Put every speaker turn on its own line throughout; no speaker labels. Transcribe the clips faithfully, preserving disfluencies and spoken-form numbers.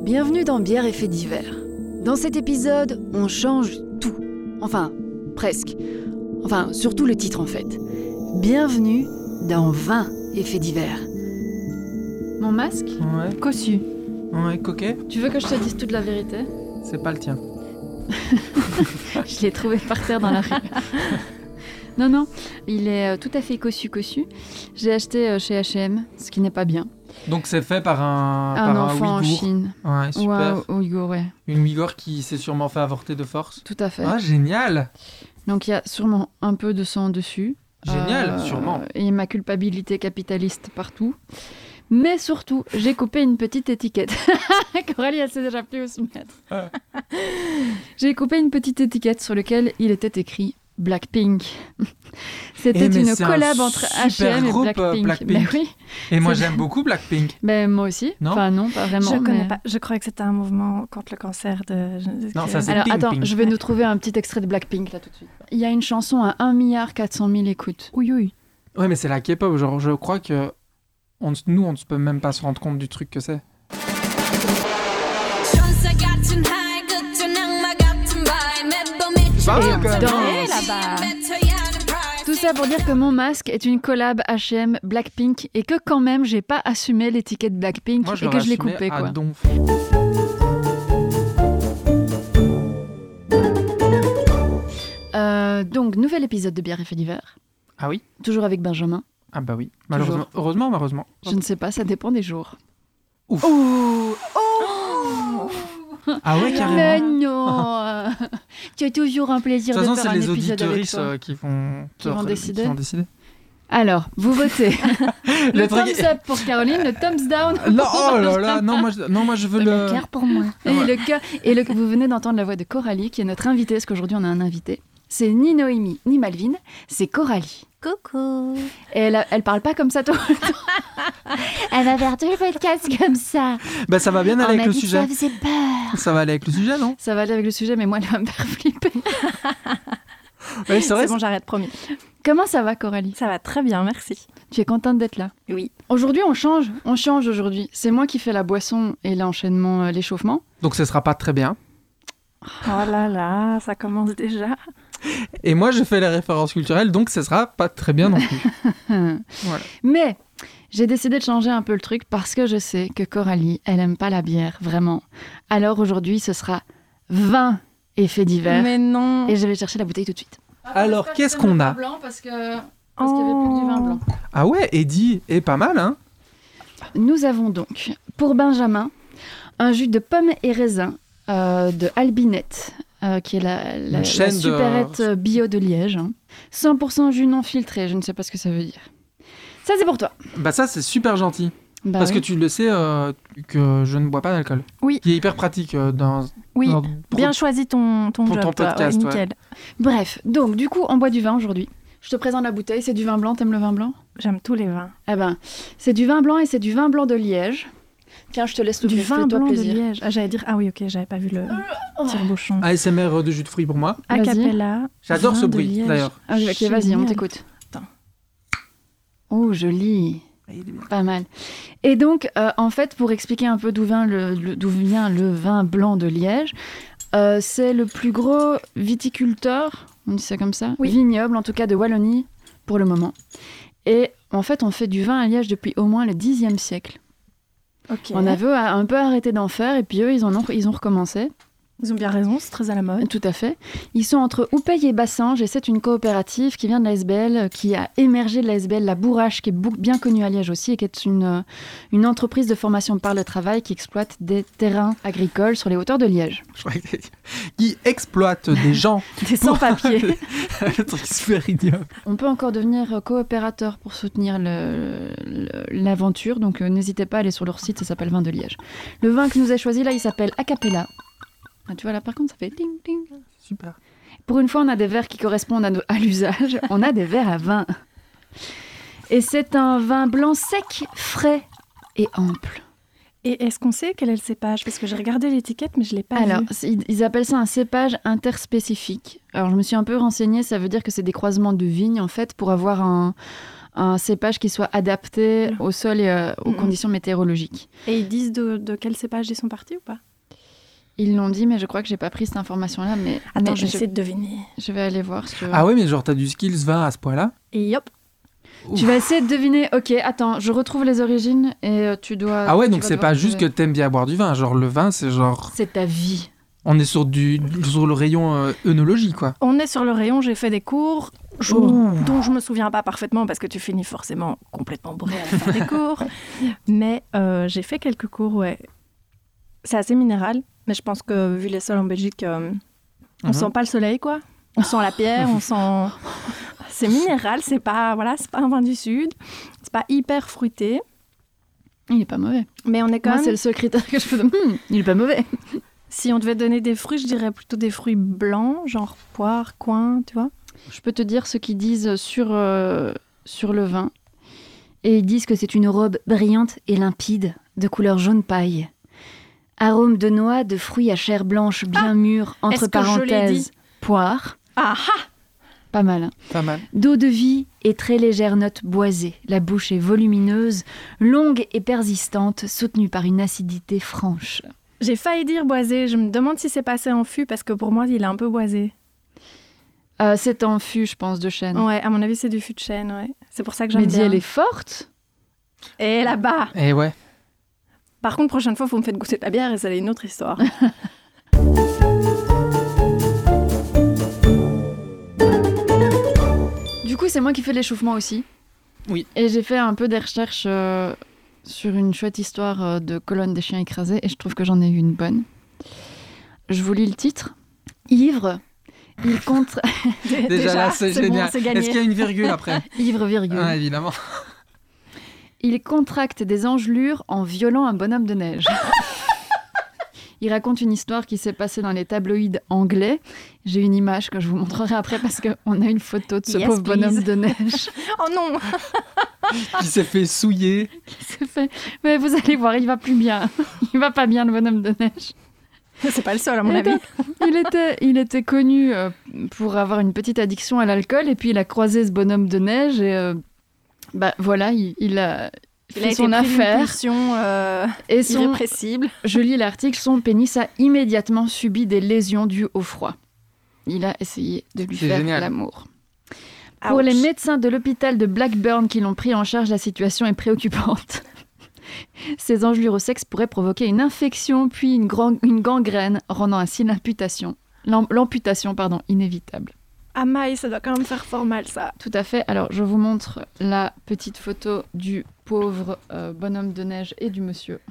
Bienvenue dans Bière et Faits divers. Dans cet épisode, on change tout. Enfin, presque. Enfin, surtout le titre en fait. Bienvenue dans Vin et Faits divers. Mon masque ?
Ouais.
Cossu.
Ouais, coquet.
Tu veux que je te dise toute la vérité ?
C'est pas le tien.
Je l'ai trouvé par terre dans la rue. Non, non, il est tout à fait cossu, cossu. J'ai acheté chez H et M, ce qui n'est pas bien.
Donc c'est fait par un,
un
par
enfant
un Ouïghour.
en Chine.
Ouais, super.
Ouais, Ouïghour, ouais.
Une Ouïghour qui s'est sûrement fait avorter de force.
Tout à fait.
Ah, génial.
Donc il y a sûrement un peu de sang dessus.
Génial,
euh,
sûrement.
Et ma culpabilité capitaliste partout. Mais surtout, j'ai coupé une petite étiquette. Coralie, elle sait déjà plus où se mettre.
Ah.
J'ai coupé une petite étiquette sur laquelle il était écrit Blackpink. C'était
Eh,
une collab entre H et M et
groupe,
Blackpink.
Blackpink.
Ben oui.
Et moi
C'est-
j'aime beaucoup Blackpink.
Ben moi aussi.
Non
Enfin non, pas vraiment.
Je connais
mais-
pas. Je croyais que c'était un mouvement contre le cancer de.
Non,
que-
ça, c'est
Alors
Pink,
attends,
Pink.
je vais nous trouver un petit extrait de Blackpink là tout de suite. Il y a une chanson à un milliard quatre cent mille écoutes.
Oui, oui.
Ouais, mais c'est la K-pop. Genre, je crois que on, nous, on ne peut même pas se rendre compte du truc que c'est. C'est pas mal, quand même.
Dans-
Eh, là-bas.
Tout ça pour dire que mon masque est une collab H et M Blackpink et que quand même j'ai pas assumé l'étiquette Blackpink
Moi,
et
l'aurais
que je l'ai
assumé
coupée
à
quoi.
donf.
Euh, donc nouvel épisode de Bière et Faits divers,
Ah oui.
toujours avec Benjamin.
Ah bah oui. Malheureusement. Heureusement ou malheureusement.
Je ne sais pas, ça dépend des jours.
Ouf.
Oh,
Ah ouais,
Mais
carrément.
non. Tu as toujours un plaisir
De toute
de
façon,
faire
c'est
un
les
épisode avec
auditeuristes
toi.
euh, qui vont
Qui vont décider.
Qui vont décider.
Alors, vous votez. le
Le truc
thumbs up pour Caroline, le thumbs down.
Non,
pour
oh là là,
Benjamin.
non moi, je, non, moi je veux
Et
le.
le cœur pour moi.
Et
Ouais.
le cœur. Et le, vous venez d'entendre la voix de Coralie, qui est notre invitée, parce qu'aujourd'hui on a un invité. C'est ni Noémie, ni Malvine, c'est Coralie.
Coucou.
Et elle, a- elle parle pas comme ça tout le temps.
Elle va faire tout le podcast comme ça.
Bah ça va bien aller
On
avec
m'a
le
dit que
sujet.
ça faisait peur.
Ça va aller avec le sujet, non?
Ça va aller avec le sujet, mais moi elle va me faire flipper.
Oui, c'est vrai.
C'est bon, j'arrête, promis.
Comment ça va Coralie?
Ça va très bien, merci.
Tu es contente d'être là?
Oui.
Aujourd'hui on change, on change aujourd'hui. C'est moi qui fais la boisson et l'enchaînement, euh, l'échauffement.
Donc ce sera pas très bien.
Oh là là, ça commence déjà.
Et moi je fais les références culturelles, donc ce sera pas très bien non plus. Voilà.
Mais j'ai décidé de changer un peu le truc parce que je sais que Coralie, elle aime pas la bière, vraiment. Alors aujourd'hui, ce sera vin et faits divers.
Mais non.
Et je vais chercher la bouteille tout de suite.
Alors, qu'est-ce qu'on a?
Blanc parce que
parce qu'il y avait plus que du vin blanc.
Ah ouais, Eddie est pas mal, hein?
Nous avons donc, pour Benjamin, un jus de pommes et raisins euh, de Albinette, euh, qui est la, la,
Une
la
chaîne de-
supérette euh, bio de Liège. hein. cent pour cent jus non filtré, je ne sais pas ce que ça veut dire. Ça, c'est pour toi.
Bah ça c'est super gentil.
Bah
Parce
oui.
que tu le sais euh, que je ne bois pas d'alcool.
Oui.
Qui est hyper pratique euh, dans,
Oui.
dans-
Bien choisi ton, ton
pour
job,
ton
toi.
podcast,
Ouais,
ouais.
nickel.
Bref, donc du coup, on boit du vin aujourd'hui. Je te présente la bouteille, c'est du vin blanc, t'aimes le vin blanc?
J'aime tous les vins.
Eh ben, c'est du vin blanc et c'est du vin blanc de Liège. Tiens, je te laisse
Du
l'ouvrir,
vin
fais-toi
blanc
plaisir.
de Liège. Ah, j'allais dire, ah oui, ok, j'avais pas vu le tire-bouchon.
A S M R de jus de fruits pour moi.
A
Vas-y.
cappella.
J'adore
vin
ce
de
bruit
Liège.
d'ailleurs.
Ah, ok, vas-y, on
Génial.
t'écoute.
Attends.
Oh, joli.
Il est bien.
Pas mal. Et donc, euh, en fait, pour expliquer un peu d'où vient le, le- d'où vient le vin blanc de Liège, euh, c'est le plus gros viticulteur, on dit ça comme ça,
Oui.
vignoble en tout cas de Wallonie pour le moment. Et en fait, on fait du vin à Liège depuis au moins le dixième siècle.
Ok.
On avait un peu arrêté d'en faire et puis eux, ils, en ont, ils ont recommencé.
Ils ont bien raison, c'est très à la mode.
Tout à fait. Ils sont entre Houpeil et Bassange et c'est une coopérative qui vient de la S B L, euh, qui a émergé de la S B L, la Bourrache, qui est bou- bien connue à Liège aussi et qui est une, euh, une entreprise de formation par le travail qui exploite des terrains agricoles sur les hauteurs de Liège.
Je croyais que t'allais dire, qui exploite des gens.
Des sans-papiers.
Le truc super ignoble.
On peut encore devenir euh, coopérateur pour soutenir le- le- l'aventure, donc euh, n'hésitez pas à aller sur leur site, ça s'appelle Vin de Liège. Le vin que nous a choisi là, il s'appelle Acapella. Ah, tu vois là par contre, ça fait ding ding.
Super.
Pour une fois, on a des verres qui correspondent à, nos- à l'usage. On a des verres à vin. Et c'est un vin blanc sec, frais et ample.
Et est-ce qu'on sait quel est le cépage? Parce que j'ai regardé l'étiquette, mais je l'ai pas
Alors,
vu.
c'est- ils ils appellent ça un cépage interspécifique. Alors, je me suis un peu renseignée, ça veut dire que c'est des croisements de vignes, en fait, pour avoir un, un cépage qui soit adapté au sol et euh, aux
Mhm.
conditions météorologiques.
Et ils disent de, de quel cépage ils sont partis ou pas?
Ils l'ont dit, mais je crois que j'ai pas pris cette information-là. Mais,
Attends,
mais
je vais essayer de deviner.
je vais aller voir. Si tu veux.
Ah ouais, mais genre, t'as du skills vingt à ce point-là?
Et hop.
Tu vas essayer de deviner. Ok, attends, je retrouve les origines et euh, tu dois.
Ah ouais,
tu
donc
vas
c'est
devoir
pas juste que
trouver.
t'aimes bien boire du vin. Genre, le vin, c'est genre...
C'est ta vie.
On est sur, du, sur le rayon euh, œnologie, quoi.
On est sur le rayon, j'ai fait des cours je-
Oh.
dont je me souviens pas parfaitement parce que tu finis forcément complètement bourré à la fin des cours. Mais euh, j'ai fait quelques cours, ouais. C'est assez minéral, mais je pense que vu les sols en Belgique, euh, on
Mhm.
sent pas le soleil, quoi. On sent la pierre, on sent... C'est minéral, c'est pas, voilà, c'est pas un vin du Sud. C'est pas hyper fruité,
Il est pas mauvais.
mais on est quand
Moi, c'est
même...
le seul critère que je peux donner. Hmm, il est pas mauvais.
Si on devait donner des fruits, je dirais plutôt des fruits blancs, genre poire, coin, tu vois.
Je peux te dire ce qu'ils disent sur, euh, sur le vin. Et ils disent que c'est une robe brillante et limpide, de couleur jaune paille. Arôme de noix, de fruits à chair blanche bien mûrs, entre
est-ce que je l'ai dit
parenthèses, poire.
Ah ah!
Pas mal, hein.
Pas mal.
D'eau de vie et très légère note boisée. La bouche est volumineuse, longue et persistante, soutenue par une acidité franche.
J'ai failli dire boisé. Je me demande si c'est passé en fût parce que pour moi, il est un peu boisé.
Euh, c'est en fût, je pense, de chêne.
Ouais, à mon avis, c'est du fût de chêne, ouais. C'est pour ça que j'aime
Mais dis,
bien.
elle est forte.
Et là-bas.
Et ouais.
Par contre, prochaine fois, vous me faites goûter ta bière et c'est une autre histoire.
Du coup, c'est moi qui fais l'échauffement aussi.
Oui.
Et j'ai fait un peu des recherches euh, sur une chouette histoire euh, de colonne des chiens écrasés et je trouve que j'en ai eu une bonne. Je vous lis le titre. Ivre, il contre...
Déjà, là, c'est,
c'est bon,
génial.
c'est gagné.
Est-ce qu'il y a une virgule après?
Ivre, virgule.
Ah, évidemment.
Il contracte des engelures en violant un bonhomme de neige. Il raconte une histoire qui s'est passée dans les tabloïds anglais. J'ai une image que je vous montrerai après parce qu'on a une photo de ce
Yes,
pauvre
please.
bonhomme de neige.
Oh non!
Qui s'est fait souiller.
qui s'est fait... Mais vous allez voir, il va plus bien. Il va pas bien, le bonhomme de neige.
C'est pas le seul, à mon
Et
avis.
donc, il, était, il était connu euh, pour avoir une petite addiction à l'alcool et puis il a croisé ce bonhomme de neige et euh, bah, voilà, il, il a
Il
fait
a été
son
pris d'une
affaire.
pulsion euh,
Et son,
irrépressible.
je lis l'article, son pénis a immédiatement subi des lésions dues au froid. Il a essayé de lui
C'est
faire
génial.
l'amour. Pour
Ouch.
les médecins de l'hôpital de Blackburn qui l'ont pris en charge, la situation est préoccupante. Ces engelures au sexe pourraient provoquer une infection puis une, grand- une gangrène, rendant ainsi l'amputation, l'am- l'amputation pardon, inévitable.
Ah maï, ça doit quand même faire fort mal, ça.
Tout à fait. Alors, je vous montre la petite photo du pauvre euh, bonhomme de neige et du monsieur.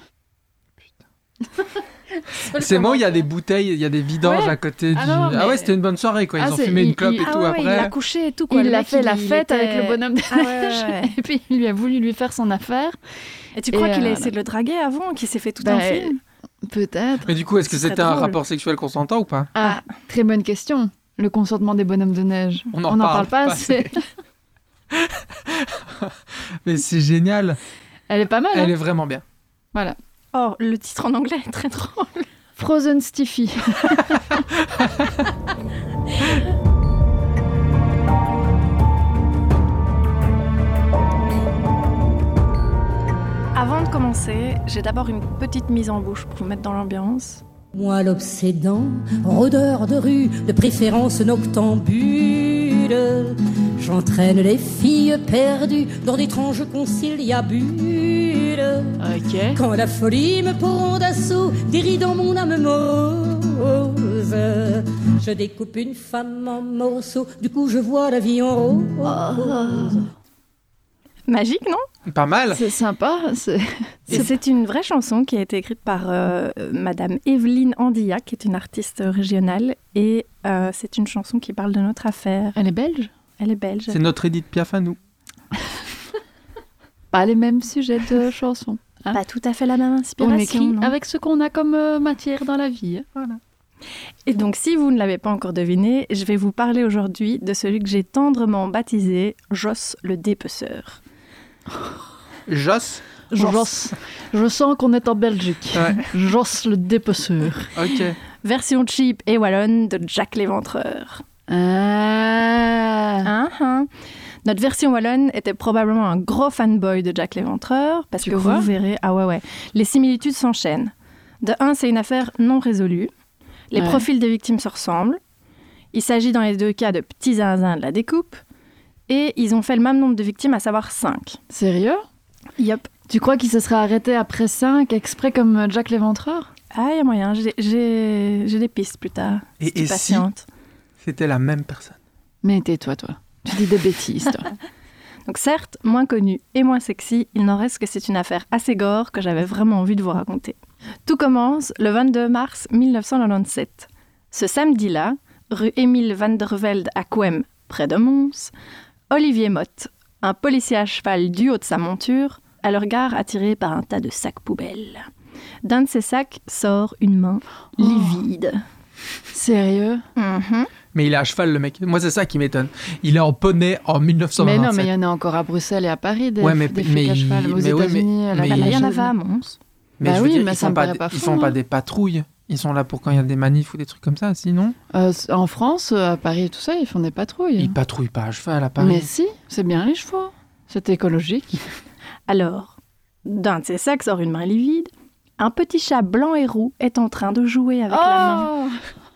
Seul
C'est moi, il y a
commentaire.
des bouteilles, il y a des vidanges
Ouais.
à côté du...
Ah non,
Ah
mais-
ouais, c'était une bonne soirée, quoi. Ils
Ah,
ont
c'est-
fumé
il-
une clope
il-
et
Ah
tout
ouais,
après.
il a couché et tout, quoi.
Il
Le
a
mec,
fait la
il
fête
était-
avec le bonhomme de
Ah ouais,
neige.
ouais, ouais.
Et puis, il lui a voulu lui faire son affaire.
Et tu crois
Et,
qu'il a
euh,
essayé de le draguer avant, qu'il s'est fait tout
bah,
un film?
Peut-être.
Mais du coup, est-ce que
Ce serait
c'était un
drôle.
rapport sexuel consentant ou pas?
Ah, très bonne question. Le consentement des bonhommes de neige.
On en
n'en
parle
parle pas
pas
assez.
Mais c'est génial.
Elle est pas mal.
Elle
hein.
est vraiment bien.
Voilà.
Oh, le titre en anglais est très drôle.
Frozen Stiffy.
Avant de commencer, j'ai d'abord une petite mise en bouche pour vous mettre dans l'ambiance.
Moi l'obsédant, rôdeur de rue, de préférence noctambule, j'entraîne les filles perdues dans d'étranges conciliabules.
Ok.
Quand la folie me prend d'assaut, déridant mon âme morose, je découpe une femme en morceaux, du coup je vois la vie en rose.
Magique, non?
Pas mal.
C'est sympa. C'est...
Et c'est une vraie chanson qui a été écrite par euh, Madame Evelyne Andillac, qui est une artiste régionale. Et euh, c'est une chanson qui parle de notre affaire.
Elle est belge.
Elle est belge.
C'est notre Edith Piaf à nous.
Pas les mêmes sujets de chansons. hein.
Pas tout à fait la même
On
inspiration.
écrit
non.
avec ce qu'on a comme euh, matière dans la vie. Voilà.
Et donc, si vous ne l'avez pas encore deviné, je vais vous parler aujourd'hui de celui que j'ai tendrement baptisé Joss le dépeceur.
Joss.
Joss. Je sens qu'on est en Belgique.
Ouais.
Joss le dépeceur.
Ok.
Version cheap et wallonne de Jack l'Éventreur.
Ah.
Hein, hein. Notre version wallonne était probablement un gros fanboy de Jack l'Éventreur, parce
Tu
que
crois ?
vous verrez, ah ouais, ouais, les similitudes s'enchaînent. De un, c'est une affaire non résolue. Les
Ouais.
profils des victimes se ressemblent. Il s'agit dans les deux cas de petits zinzins de la découpe. Et ils ont fait le même nombre de victimes, à savoir cinq.
Sérieux ?
Yup.
Tu crois qu'il se serait arrêté après cinq, exprès comme Jack l'Éventreur ?
Ah, il y a moyen, j'ai, j'ai, j'ai des pistes plus tard.
Et,
Si tu
et
es
si
patiente.
c'était la même personne?
Mais tais-toi, toi. Tu dis des bêtises, toi.
Donc certes, moins connu et moins sexy, il n'en reste que c'est une affaire assez gore que j'avais vraiment envie de vous raconter. Tout commence le vingt-deux mars mille neuf cent quatre-vingt-dix-sept. Ce samedi-là, rue Émile van der Velde à Couem, près de Mons, Olivier Motte, un policier à cheval du haut de sa monture, a le regard attiré par un tas de sacs poubelles. D'un de ces sacs sort une main
Oh.
livide.
Sérieux ?
Mhm.
Mais il est à cheval, le mec. Moi, c'est ça qui m'étonne. Il est en poney en mille neuf cent
Mais
vingt-sept.
non, mais il y en a encore à Bruxelles et à Paris, des,
Ouais, mais-
des
mais
flics à
il-
cheval. Aux
mais ouais,
États-Unis,
mais-
à la
mais
Bah, là, il y en avait à
Belgique.
Mons.
Mais
Bah
je veux
oui,
dire,
mais
ils
ça
font
me
pas,
paraît
des-
pas
ils
fou,
font
hein.
pas des patrouilles. Ils sont là pour quand il y a des manifs ou des trucs comme ça, sinon
Euh, en France, euh, à Paris, tout ça, ils font des patrouilles.
ils patrouillent pas à cheval à Paris.
Mais si, c'est bien les chevaux. C'est écologique.
Alors, d'un de ces sacs sort une main livide. Un petit chat blanc et roux est en train de jouer avec la main.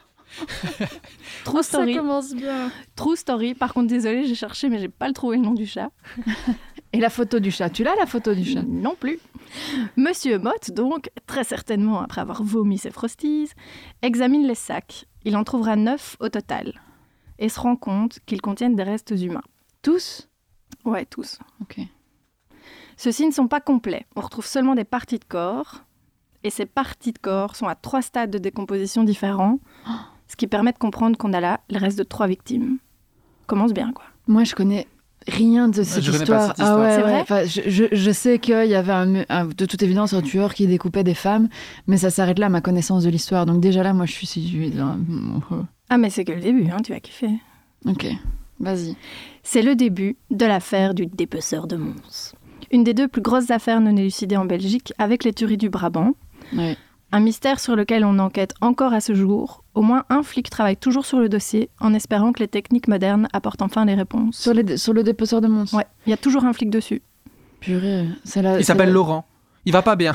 True story.
Ça commence bien.
True story. Par contre, désolée, j'ai cherché, mais j'ai pas le trouvé le nom du chat.
Et la photo du chat, tu l'as la photo du chat ?
Non plus. Monsieur Motte, donc, très certainement après avoir vomi ses frosties, examine les sacs. Il en trouvera neuf au total. Et se rend compte qu'ils contiennent des restes humains.
Tous ?
Ouais, tous.
Ok.
Ceux-ci ne sont pas complets. On retrouve seulement des parties de corps. Et ces parties de corps sont à trois stades de décomposition différents, ce qui permet de comprendre qu'on a là le reste de trois victimes. Commence bien, quoi.
Moi, je connais rien de cette
je connais pas
histoire.
cette
Ah
histoire.
ouais,
C'est
ouais.
vrai
Enfin, je, je, je sais qu'il y avait un, un- de toute évidence un tueur qui découpait des femmes, mais ça s'arrête là à ma connaissance de l'histoire. Donc déjà là, moi, je suis séduit. dans-
Ah, mais c'est que le début, hein, tu vas kiffer.
Ok, vas-y.
C'est le début de l'affaire du dépeceur de Mons. Une des deux plus grosses affaires non élucidées en Belgique avec les tueries du Brabant.
Ouais.
Un mystère sur lequel on enquête encore à ce jour. Au moins un flic travaille toujours sur le dossier en espérant que les techniques modernes apportent enfin les réponses.
Sur, les, sur le dépeceur de monstres.
Ouais, il y a toujours un flic dessus.
Purée, c'est la.
Il
c'est
s'appelle
la-
Laurent. Il va pas bien.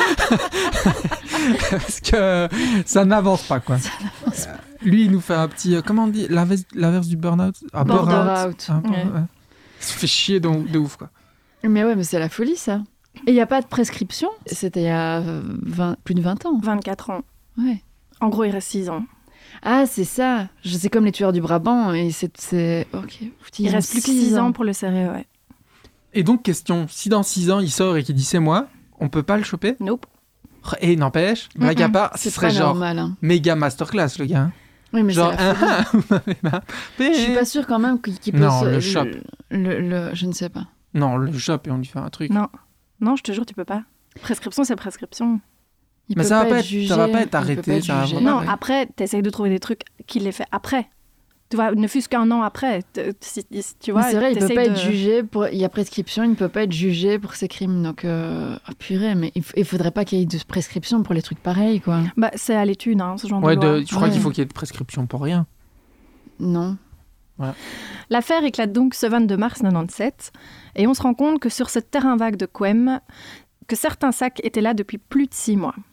Parce que ça n'avance pas, quoi. Euh, Lui, il nous fait un petit... euh, comment on dit L'inverse l'inverse du burn-out Ah,
Burn-out.
Burn-out.
Ah,
Ouais.
ouais. Il se fait chier de, de ouf, quoi.
Mais ouais, mais c'est la folie, ça. Et il n'y a pas de prescription. C'était il y a euh, vingt plus de vingt ans.
vingt-quatre ans.
Ouais.
En gros, il reste six ans.
Ah, c'est ça. Je sais comme les tueurs du Brabant. Et c'est. c'est- Ok.
Il
ont
reste plus que
six
six ans pour le serrer, ouais.
Et donc, question, si dans six ans, il sort et qu'il dit c'est moi, on peut pas le choper?
Nope.
Et n'empêche, blague à
Mm-mm.
part, ce
C'est
serait
pas
genre
normal. Hein.
méga masterclass, le gars.
Oui, mais
Genre,
c'est la folie.
ah, ah, vous m'avez marqué.
Je suis pas sûre quand même qu'il qu'il peut
Non,
se-
le shop.
Le, le- je ne sais pas.
Non, le chope et on lui fait un truc.
Non. Non, je te jure, tu peux pas. Prescription, c'est prescription.
Il
Mais
peut
ça va
pas
pas
être
être-
jugé.
ça va pas être
il peut
arrêté,
pas être
ça va
jugé.
vraiment-
Non,
ouais.
après, t'essayes de trouver des trucs qu'il ait fait après. Tu vois, ne fût-ce qu'un an après. T- si- si- Tu vois,
Mais c'est vrai, il peut
t'essayes
pas
de-
être jugé pour. Il y a prescription, il ne peut pas être jugé pour ses crimes. Donc, euh... ah, purée, mais il, f- il faudrait pas qu'il y ait de prescription pour les trucs pareils, quoi.
Bah, c'est à l'étude, hein, ce genre
Ouais,
de loi.
de- je crois
Ouais.
qu'il faut qu'il y ait de prescription pour rien.
Non.
L'affaire éclate donc ce vingt-deux mars quatre-vingt-dix-sept et on se rend compte que sur ce terrain vague de Couem, que certains sacs étaient là depuis plus de six mois.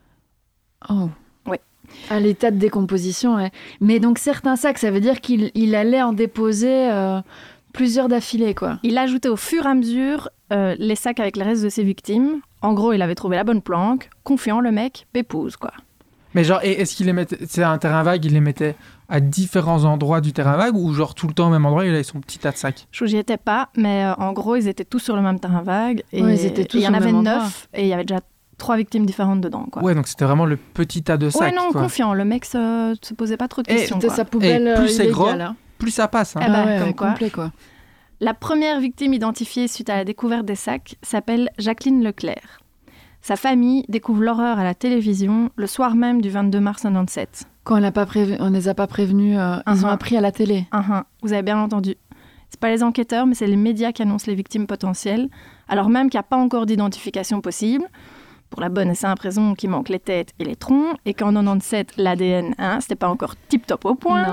Oh.
Ouais.
À l'état de décomposition, ouais. Mais donc, certains sacs, ça veut dire qu'il il allait en déposer euh, plusieurs d'affilée, quoi.
Il ajoutait au fur et à mesure euh, les sacs avec les restes de ses victimes. En gros, il avait trouvé la bonne planque, confiant le mec, pépouze, quoi.
Mais genre, et est-ce qu'il les mettait... C'est un terrain vague, il les mettait à différents endroits du terrain vague ou genre tout le temps au même endroit, il avait son petit tas de sacs?
Je n'y étais pas, mais euh, en gros, ils étaient tous sur le même terrain vague. Et
Ouais, ils étaient tous
et il y en
au
avait
même endroit.
neuf, et il y avait déjà trois victimes différentes dedans, quoi.
Ouais, donc c'était vraiment le petit tas de sacs,
Ouais, non,
quoi.
confiant. Le mec se, se posait pas trop de
Et
questions,
C'était
quoi.
sa poubelle
Et
euh,
plus c'est
illégale,
gros,
hein.
Plus ça passe, hein.
Eh ben,
Ah ouais,
comme
ouais,
quoi.
complet, quoi.
La première victime identifiée suite à la découverte des sacs s'appelle Jacqueline Leclerc. Sa famille découvre l'horreur à la télévision le soir même du vingt-deux mars quatre-vingt-dix-sept.
Quand on, l'a pas prévu, on les a pas prévenus, euh, ils ont
Uh-huh.
appris à la télé.
Uhum, vous avez bien entendu. C'est pas les enquêteurs, mais c'est les médias qui annoncent les victimes potentielles, alors même qu'il n'y a pas encore d'identification possible, pour la bonne et simple raison qu'il manque les têtes et les troncs, et qu'en quatre-vingt-dix-sept, l'A D N, hein, c'était pas encore tip-top au point.
Non.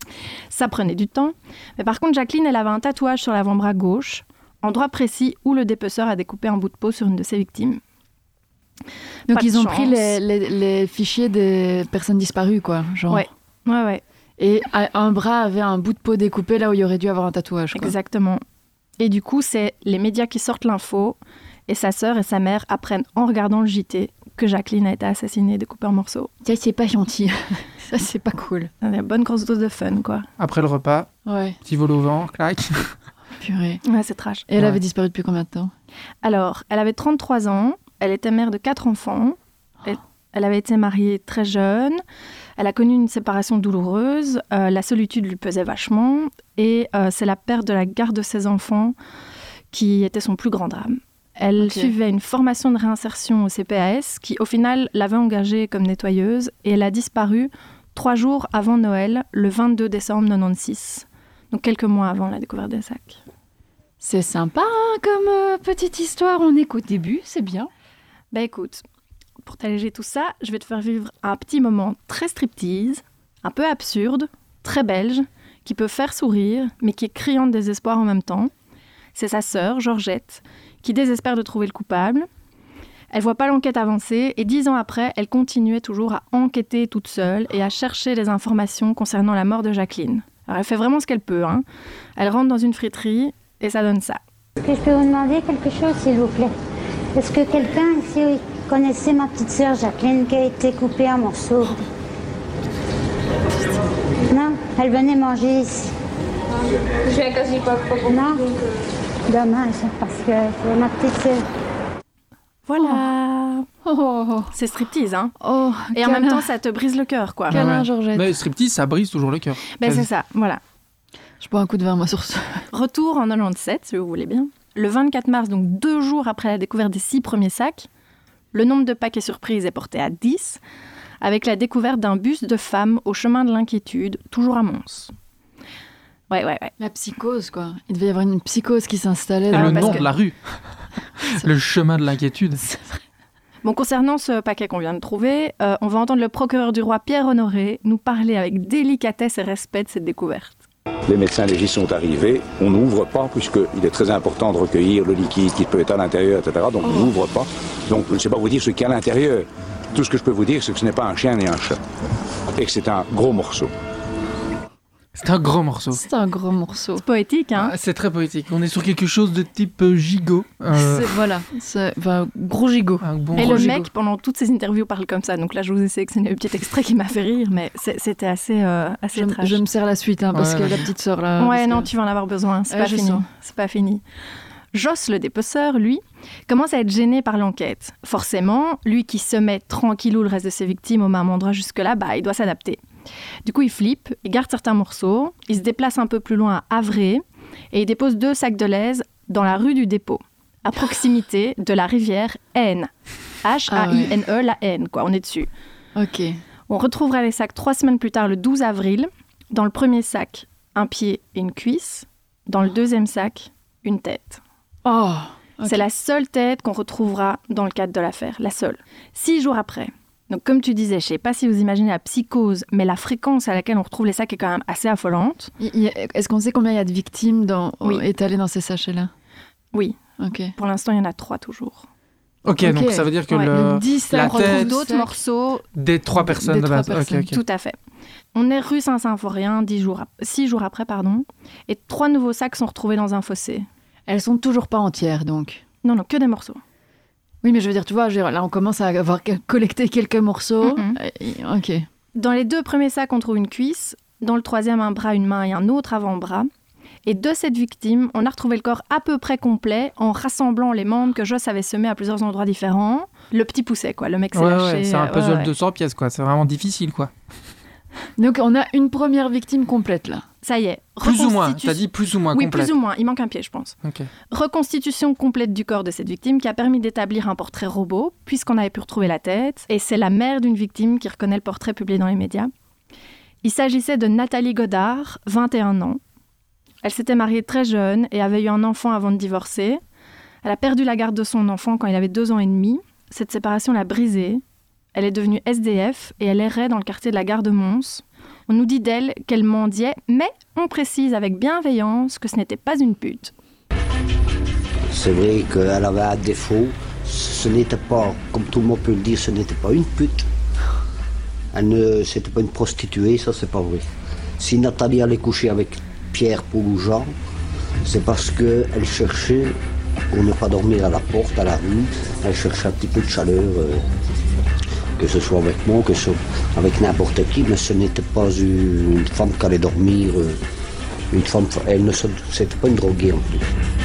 Ça prenait du temps. Mais par contre, Jacqueline, elle avait un tatouage sur l'avant-bras gauche, endroit précis où le dépeceur a découpé un bout de peau sur une de ses victimes.
Donc
Pas
ils
de
ont
chance.
pris les, les, les fichiers des personnes disparues, quoi. Genre.
Ouais, ouais, ouais.
Et un bras avait un bout de peau découpé là où il aurait dû avoir un tatouage, quoi.
Exactement. Et du coup, c'est les médias qui sortent l'info, et sa sœur et sa mère apprennent en regardant le J T que Jacqueline a été assassinée, découpée en morceaux.
Ça, c'est pas gentil. Ça, c'est pas cool.
Une bonne grosse dose de fun, quoi.
Après le repas,
Ouais,
petit vol au vent, clac.
purée.
Ouais, c'est trash.
Et elle
Ouais.
avait disparu depuis combien de temps?
Alors, elle avait trente-trois ans, elle était mère de quatre enfants, elle, elle avait été mariée très jeune, elle a connu une séparation douloureuse, euh, la solitude lui pesait vachement, et euh, c'est la perte de la garde de ses enfants qui était son plus grand drame. Elle
Ok.
suivait une formation de réinsertion au C P A S qui, au final, l'avait engagée comme nettoyeuse, et elle a disparu trois jours avant Noël, le vingt-deux décembre quatre-vingt-seize, donc quelques mois avant la découverte des sacs.
C'est sympa, hein, comme euh, petite histoire. On est qu'au début, c'est bien.
Bah écoute, pour t'alléger tout ça, je vais te faire vivre un petit moment très striptease, un peu absurde, très belge, qui peut faire sourire, mais qui est criant de désespoir en même temps. C'est sa sœur, Georgette, qui désespère de trouver le coupable. Elle voit pas l'enquête avancer, et dix ans après, elle continuait toujours à enquêter toute seule et à chercher des informations concernant la mort de Jacqueline. Alors elle fait vraiment ce qu'elle peut, hein. Elle rentre dans une friterie, et ça donne ça.
Est-ce que je peux vous demander quelque chose, s'il vous plaît? Est-ce que quelqu'un ici connaissait ma petite sœur Jacqueline qui a été coupée en morceaux? Non? Elle venait manger ici.
Je viens quasi pas beaucoup.
Non? Dommage, parce que c'est ma petite sœur.
Voilà.
Oh, oh, oh.
C'est striptease, hein.
Oh,
Et en
câlin.
même temps, ça te brise le cœur, quoi.
Câlin,
Ouais, ouais.
Georgette.
Mais striptease, ça brise toujours le cœur.
Ben, c'est ça, voilà.
Je bois un coup de verre, moi, sur ce.
Retour en quatre-vingt-dix-sept, si vous voulez bien. Le vingt-quatre mars, donc deux jours après la découverte des six premiers sacs, le nombre de paquets surprises est porté à dix, avec la découverte d'un buste de femme au chemin de l'inquiétude, toujours à Mons. Ouais, ouais, ouais.
La psychose, quoi. Il devait y avoir une psychose qui s'installait.
Et
là,
le
parce
nom
que-
de la rue. Le chemin de l'inquiétude.
Bon, concernant ce paquet qu'on vient de trouver, euh, on va entendre le procureur du roi Pierre Honoré nous parler avec délicatesse et respect de cette découverte.
Les médecins légistes sont arrivés, on n'ouvre pas puisqu'il est très important de recueillir le liquide qui peut être à l'intérieur, et cetera. Donc on n'ouvre pas. Donc je ne sais pas vous dire ce qu'il y a à l'intérieur. Tout ce que je peux vous dire, c'est que ce n'est pas un chien ni un chat. Et que c'est un gros morceau.
C'est un gros morceau.
C'est un gros morceau.
C'est poétique, hein.
Ah, c'est très poétique. On est sur quelque chose de type euh, gigot. Euh,
C'est- Voilà. C'est enfin, gros gigot.
un bon
Et
gros
le
gigot.
mec, pendant toutes ses interviews, parle comme ça. Donc là, je vous ai sélectionné un petit extrait qui m'a fait rire, mais c'est- c'était assez, euh, assez
Je,
trash.
je me sers la suite, hein, parce
Ouais,
que
ouais.
la petite sœur, là...
Ouais,
parce
non,
que-
tu vas en avoir besoin. C'est
Ouais,
pas
je
fini.
sens.
C'est pas fini. Joss, le dépeceur, lui, commence à être gêné par l'enquête. Forcément, lui qui semait tranquillou le reste de ses victimes au même endroit jusque-là, bah, il doit s'adapter. Du coup, il flippe, il garde certains morceaux, il se déplace un peu plus loin à Havray et il dépose deux sacs de lait dans la rue du dépôt, à proximité de la rivière Aisne. H A I N E, la Aisne, quoi, on est dessus.
Ok.
On retrouvera les sacs trois semaines plus tard, le douze avril. Dans le premier sac, un pied et une cuisse. Dans le deuxième sac, une tête.
Oh ok.
C'est la seule tête qu'on retrouvera dans le cadre de l'affaire, la seule. Six jours après. Donc comme tu disais, je ne sais pas si vous imaginez la psychose, mais la fréquence à laquelle on retrouve les sacs est quand même assez affolante.
Il- il y a- Est-ce qu'on sait combien il y a de victimes dans...
Oui.
étalées dans ces sachets-là?
Oui,
Ok.
pour l'instant, il y en a trois toujours.
Ok,
Ok.
donc ça veut dire que
Ouais,
le,
donc dix
la
sacs,
On retrouve
tête
d'autres
sacs.
morceaux,
des trois personnes
Des
de
trois
base. Ok,
personnes.
ok.
tout à fait. On est rue Saint-Symphorien, dix jours, ap- six jours après, pardon, et trois nouveaux sacs sont retrouvés dans un fossé.
Elles sont toujours pas entières, donc.
Non, non, que des morceaux.
Oui, mais je veux dire, tu vois, je veux dire, là, on commence à avoir que- collecté quelques morceaux.
Mhm.
Et- ok.
Dans les deux premiers sacs, on trouve une cuisse. Dans le troisième, un bras, une main et un autre avant-bras. Et de cette victime, on a retrouvé le corps à peu près complet en rassemblant les membres que Joss avait semés à plusieurs endroits différents. Le petit poussait, quoi. Le mec s'est
Ouais,
lâché.
ouais, c'est un
euh,
puzzle
ouais, ouais.
de cent pièces, quoi. C'est vraiment difficile, quoi.
Donc, on a une première victime complète, là.
Ça y est.
Plus ou moins.
Reconstitu-
T'as dit plus ou moins
Oui,
complète.
plus ou moins. Il manque un pied, je pense.
Ok.
Reconstitution complète du corps de cette victime qui a permis d'établir un portrait robot, puisqu'on avait pu retrouver la tête. Et c'est la mère d'une victime qui reconnaît le portrait publié dans les médias. Il s'agissait de Nathalie Godard, vingt et un ans. Elle s'était mariée très jeune et avait eu un enfant avant de divorcer. Elle a perdu la garde de son enfant quand il avait deux ans et demi. Cette séparation l'a brisée. Elle est devenue S D F et elle errait dans le quartier de la gare de Mons. On nous dit d'elle qu'elle mendiait, mais on précise avec bienveillance que ce n'était pas une pute.
C'est vrai qu'elle avait un défaut. Ce n'était pas, comme tout le monde peut le dire, ce n'était pas une pute. Elle ne, c'était pas une prostituée, ça c'est pas vrai. Si Nathalie allait coucher avec Pierre, Paul ou Jean, c'est parce qu'elle cherchait, pour ne pas dormir à la porte, à la rue, elle cherchait un petit peu de chaleur, euh, que ce soit avec moi, que ce soit avec n'importe qui, mais ce n'était pas une, une femme qui allait dormir, euh, une femme, elle ne c'était pas une droguée en plus.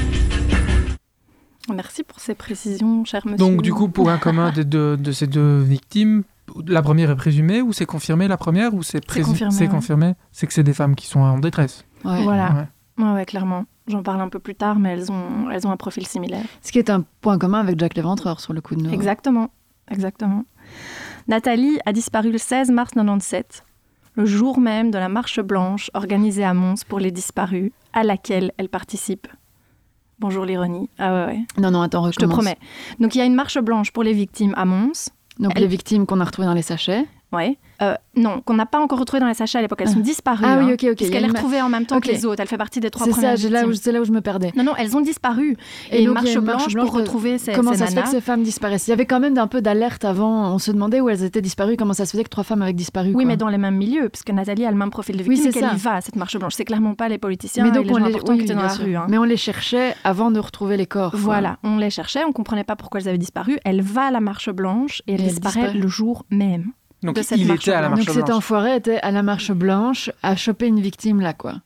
Merci pour ces précisions, cher monsieur.
Donc, du coup, pour un commun de, de, de ces deux victimes, la première est présumée ou c'est confirmé la première ou c'est, présu-
c'est confirmé,
c'est,
ouais.
confirmé c'est que c'est des femmes qui sont en détresse.
Ouais.
Voilà.
Ouais.
Ouais, ouais, clairement. J'en parle un peu plus tard, mais elles ont, elles ont un profil similaire.
Ce qui est un point commun avec Jack l'Éventreur sur le coup de nous.
Exactement, exactement. Nathalie a disparu le seize mars quatre-vingt-dix-sept, le jour même de la marche blanche organisée à Mons pour les disparus, à laquelle elle participe. Bonjour l'ironie. Ah ouais, ouais.
Non, non, attends, recommence.
Je te promets. Donc il y a une marche blanche pour les victimes à Mons.
Donc
Elle-
les victimes qu'on a retrouvées dans les sachets.
Ouais. Euh, non, qu'on n'a pas encore retrouvées dans les sachets à l'époque. Elles sont disparues.
Ah oui,
hein,
ok, ok. Il y
Puisqu'elle
a
est
une-
retrouvée en même temps
Ok.
que les autres. Elle fait partie des trois
C'est
premières
ça, j'ai là où,
victimes.
c'est là où je me perdais.
Non, non, elles ont disparu.
Et
Et, une
donc, il y a
marche
une
blanche,
marche blanche
pour
de-
retrouver ces,
Comment
ces
ça se fait
nanas.
que ces femmes disparaissent ? Il y avait quand même un peu d'alerte avant. On se demandait où elles étaient disparues. Comment ça se faisait que trois femmes avaient disparu ?
Oui,
quoi.
mais dans les mêmes milieux, puisque Nathalie a le même profil de
Oui,
victime
c'est
et qu'elle
ça.
y va à cette marche blanche. C'est clairement pas les politiciens
Mais
et
donc
les
on
gens
les,
importants
oui,
qui étaient dans
bien
la
sûr.
rue. hein.
Mais on les cherchait avant de retrouver les corps. quoi.
Voilà, on les cherchait, on comprenait pas pourquoi elles avaient disparu. Elle va à la marche blanche et elle,
Et elle
disparaît,
disparaît.
le jour même.
Donc,
de cette
il
marche
était à la
blanche.
marche
Donc cet
blanche.
enfoiré était à la marche blanche à choper une victime là, quoi.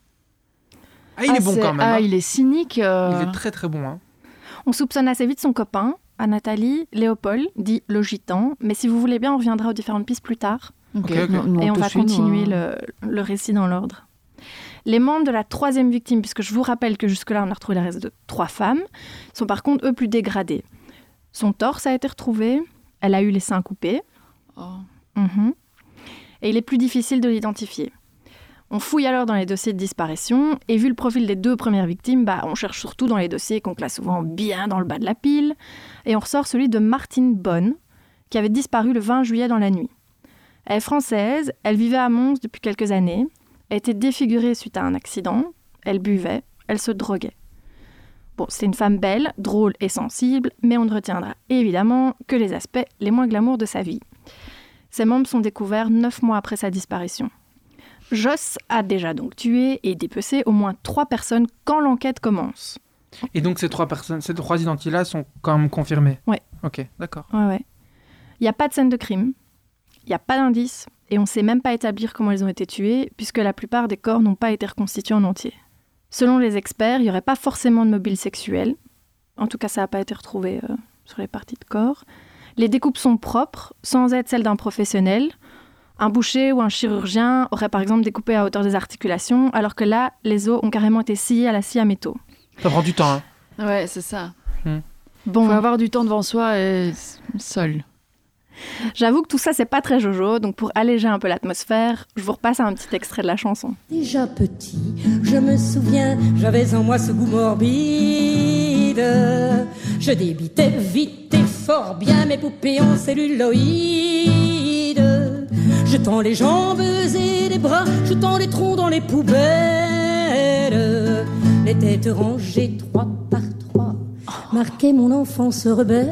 Ah, il est
Ah,
bon
c'est-
quand même.
Ah,
hein.
il est cynique. euh.
Il est très très bon. Hein.
On soupçonne assez vite son copain, à Nathalie, Léopold, dit le gitan. Mais si vous voulez bien, on reviendra aux différentes pistes plus tard.
Ok,
Ok, ok.
nous- nous,
et on
te
va
suit, nous,
continuer
hein.
le, le récit dans l'ordre. Les membres de la troisième victime, puisque je vous rappelle que jusque-là, on a retrouvé le reste de trois femmes, sont par contre, eux, plus dégradés. Son torse a été retrouvé, elle a eu les seins coupés,
Oh.
mhm, et il est plus difficile de l'identifier. On fouille alors dans les dossiers de disparition, et vu le profil des deux premières victimes, bah, on cherche surtout dans les dossiers qu'on classe souvent bien dans le bas de la pile, et on ressort celui de Martine Bonne, qui avait disparu le vingt juillet dans la nuit. Elle est française, elle vivait à Mons depuis quelques années, elle était défigurée suite à un accident, elle buvait, elle se droguait. Bon, c'est une femme belle, drôle et sensible, mais on ne retiendra évidemment que les aspects les moins glamour de sa vie. Ses membres sont découverts neuf mois après sa disparition. Joss a déjà donc tué et dépecé au moins trois personnes quand l'enquête commence.
Et donc ces trois personnes, ces trois identités-là sont quand même confirmées.
Ouais.
Ok, d'accord.
Ouais, ouais. Il n'y a pas de scène de crime, il n'y a pas d'indice, et on ne sait même pas établir comment elles ont été tuées, puisque la plupart des corps n'ont pas été reconstitués en entier. Selon les experts, il n'y aurait pas forcément de mobile sexuel. En tout cas, ça n'a pas été retrouvé euh, sur les parties de corps. Les découpes sont propres, sans être celles d'un professionnel. Un boucher ou un chirurgien aurait par exemple découpé à hauteur des articulations, alors que là, les os ont carrément été sciés à la scie à métaux.
Ça prend du temps. Hein.
Ouais, c'est ça.
Bon,
Faut avoir du temps devant soi et seul.
j'avoue que tout ça, c'est pas très jojo, donc pour alléger un peu l'atmosphère, je vous repasse un petit extrait de la chanson.
Déjà petit, je me souviens, j'avais en moi ce goût morbide. Je débitais vite et fort bien mes poupées en celluloïde. Jetant les jambes et les bras, jetant les troncs dans les poubelles. Les têtes rangées trois par trois marquaient mon enfance rebelle.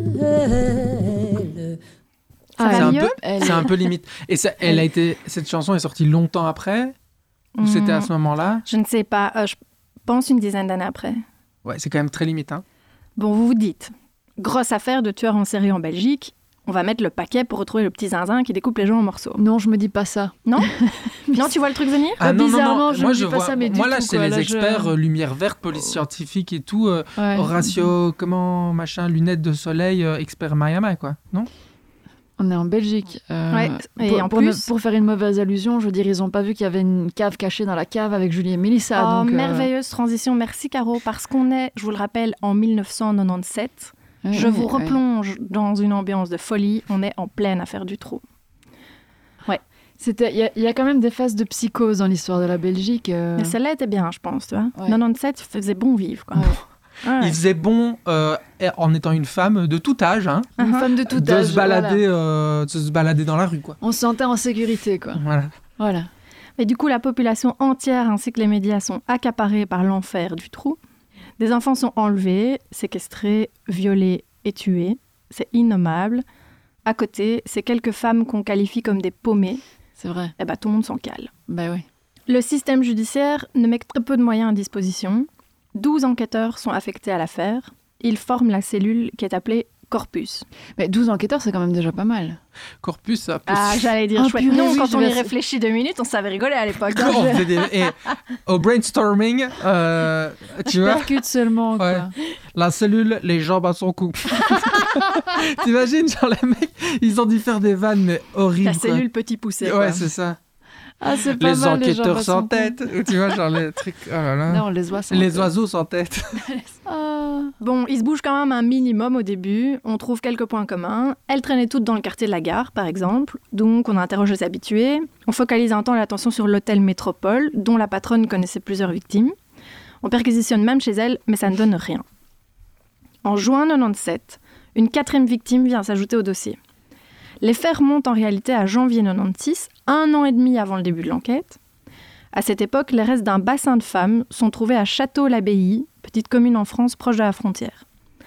Ça
c'est,
va
un
mieux
peu,
Elle-
c'est un peu limite. Et ça, elle a été, cette chanson est sortie longtemps après ou c'était à
Hmm,
ce moment-là?
Je ne sais pas, euh, je pense une dizaine d'années après.
Ouais, c'est quand même très limite. Hein.
Bon, vous vous dites, grosse affaire de tueur en série en Belgique, on va mettre le paquet pour retrouver le petit zinzin qui découpe les gens en morceaux.
Non, je me dis pas ça.
Non Non, tu vois le truc venir
Ah, bizarrement, je
moi
me
je
dis pas
vois.
ça, mais du
moi là,
tout,
c'est
quoi.
les
Là, je-
experts euh, lumière verte, police scientifique et tout. euh,
Ouais.
Horatio, comment machin, lunettes de soleil, euh, expert Miami, quoi. Non?
On est en Belgique. euh,
Ouais, et
pour,
en
pour
plus-
ne- pour faire une mauvaise allusion, je veux dire, ils n'ont pas vu qu'il y avait une cave cachée dans la cave avec Julie et Mélissa.
Oh,
donc, euh,
merveilleuse transition, merci Caro, parce qu'on est, je vous le rappelle, en dix-neuf cent quatre-vingt-dix-sept.
ouais,
Je
ouais,
vous
ouais.
replonge dans une ambiance de folie, on est en pleine affaire du trou.
C'était- Il y, a- il y a quand même des phases de psychose dans l'histoire de la Belgique. euh.
Mais celle-là était bien, je pense, tu vois.
Ouais.
quatre-vingt-dix-sept faisait bon vivre, quoi.
Ouais.
Ouais.
Il faisait bon, euh, en étant une femme de tout âge, hein,
Une
Uh-huh.
femme de tout
de,
âge.
se balader,
voilà.
euh, de se balader dans la rue, quoi.
On se sentait en sécurité, quoi.
Voilà.
Voilà.
Et du coup, la population entière ainsi que les médias sont accaparés par l'enfer du trou. Des enfants sont enlevés, séquestrés, violés et tués. C'est innommable. À côté, c'est quelques femmes qu'on qualifie comme des paumées.
C'est vrai.
Eh ben, tout le monde s'en cale.
Ben oui.
Le système judiciaire ne met que très peu de moyens à disposition. douze enquêteurs sont affectés à l'affaire. Ils forment la cellule qui est appelée Corpus.
Mais douze enquêteurs, c'est quand même déjà pas mal.
Corpus, ça peut...
Ah, j'allais dire
Oh,
chouette.
purée,
Non,
oui,
quand
je
on y
vais-
réfléchit deux minutes, on savait rigoler à l'époque.
On faisait des- et au brainstorming, euh, tu vois,
Percute seulement, quoi.
Ouais. la cellule, les jambes à son cou. T'imagines, genre les mecs, ils ont dû faire des vannes, mais horribles.
La
quoi.
cellule petit poussé.
Ouais,
quoi.
c'est ça.
Ah, c'est pas
Les
mal, les gens
enquêteurs
passent
sans
en
tête. Ou tu vois, genre les trucs. Oh là là.
Non, les oiseaux.
Les oiseaux sans tête.
Ah.
Bon, ils se bougent quand même un minimum au début. On trouve quelques points communs. Elles traînaient toutes dans le quartier de la gare, par exemple. Donc, on interroge les habitués. On focalise un temps l'attention sur l'hôtel Métropole, dont la patronne connaissait plusieurs victimes. On perquisitionne même chez elle, mais ça ne donne rien. En juin quatre-vingt-dix-sept, une quatrième victime vient s'ajouter au dossier. Les faits remontent en réalité à janvier quatre-vingt-seize, un an et demi avant le début de l'enquête. À cette époque, les restes d'un bassin de femmes sont trouvés à Château-l'Abbaye, petite commune en France proche de la frontière.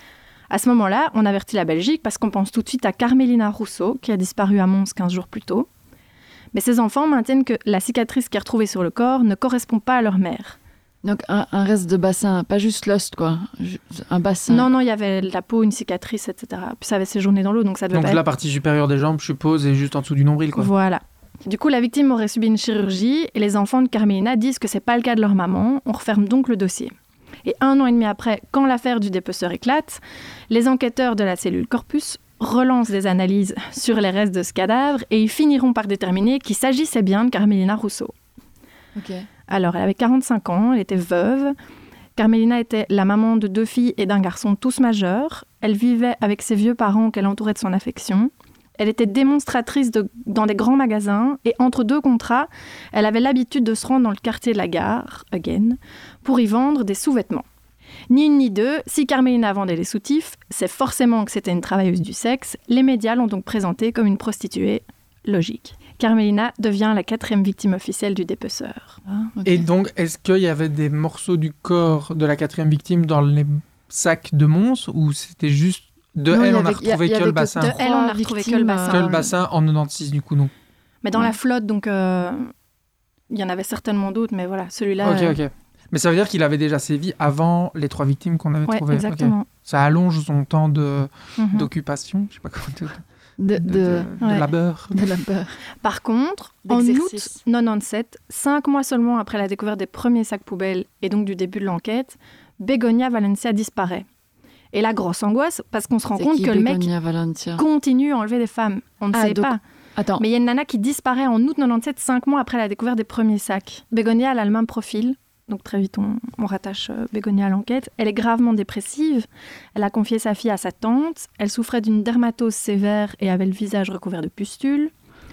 À ce moment-là, on avertit la Belgique parce qu'on pense tout de suite à Carmélina Rousseau, qui a disparu à Mons quinze jours plus tôt. Mais ses enfants maintiennent que la cicatrice qui est retrouvée sur le corps ne correspond pas à leur mère.
Donc, un, un reste de bassin, pas juste l'ost, quoi. Ju- Un bassin.
Non, non, il y avait la peau, une cicatrice, et cetera. Puis ça avait séjourné dans l'eau, donc ça devait
Donc
pas
la
être...
partie supérieure des jambes, je suppose, est juste en dessous du nombril, quoi.
Voilà. Du coup, la victime aurait subi une chirurgie et les enfants de Carmélina disent que c'est pas le cas de leur maman. On referme donc le dossier. Et un an et demi après, quand l'affaire du dépeceur éclate, les enquêteurs de la cellule Corpus relancent des analyses sur les restes de ce cadavre et ils finiront par déterminer qu'il s'agissait bien de Carmélina Rousseau.
Ok.
Alors, elle avait quarante-cinq ans, elle était veuve. Carmélina était la maman de deux filles et d'un garçon, tous majeurs. Elle vivait avec ses vieux parents qu'elle entourait de son affection. Elle était démonstratrice de, dans des grands magasins et entre deux contrats, elle avait l'habitude de se rendre dans le quartier de la gare, again, pour y vendre des sous-vêtements. Ni une ni deux, si Carmélina vendait des soutifs, c'est forcément que c'était une travailleuse du sexe. Les médias l'ont donc présentée comme une prostituée. Logique. Carmélina devient la quatrième victime officielle du dépeceur.
Ah, ok.
Et donc, est-ce qu'il y avait des morceaux du corps de la quatrième victime dans les sacs de Mons ou c'était juste de
Non, il
elle,
y
on a
avait- il y a-
retrouvé
il y
que
avait
le
que
bassin
De
Trois
elle, on a retrouvé que le
victimes,
bassin.
Que le bassin en quatre-vingt-seize, du coup, non.
Mais dans
Ouais.
la flotte, donc euh, il y en avait certainement d'autres, mais voilà, celui-là.
Ok,
euh,
ok. Mais ça veut dire qu'il avait déjà sévi avant les trois victimes qu'on avait
ouais,
trouvées. Ok.
exactement.
Ça allonge son temps de
Mhm.
d'occupation, je sais pas comment dire,
De,
de,
de,
de, de
Ouais.
labeur.
de la peur.
Par contre, en août
D'exercice.
quatre-vingt-dix-sept, cinq mois seulement après la découverte des premiers sacs poubelles et donc du début de l'enquête, Begonia Valencia disparaît. Et la grosse angoisse, parce qu'on se rend
C'est
compte
qui,
que le mec
Begonia Valencia
continue à enlever des femmes. On ne
Ah,
sait
donc-
pas.
Attends,
Mais il y a une nana qui disparaît en août quatre-vingt-dix-sept, cinq mois après la découverte des premiers sacs. Begonia, elle a le même profil. Donc très vite, on, on rattache euh, Begonia à l'enquête. Elle est gravement dépressive. Elle a confié sa fille à sa tante. Elle souffrait d'une dermatose sévère et avait le visage recouvert de pustules.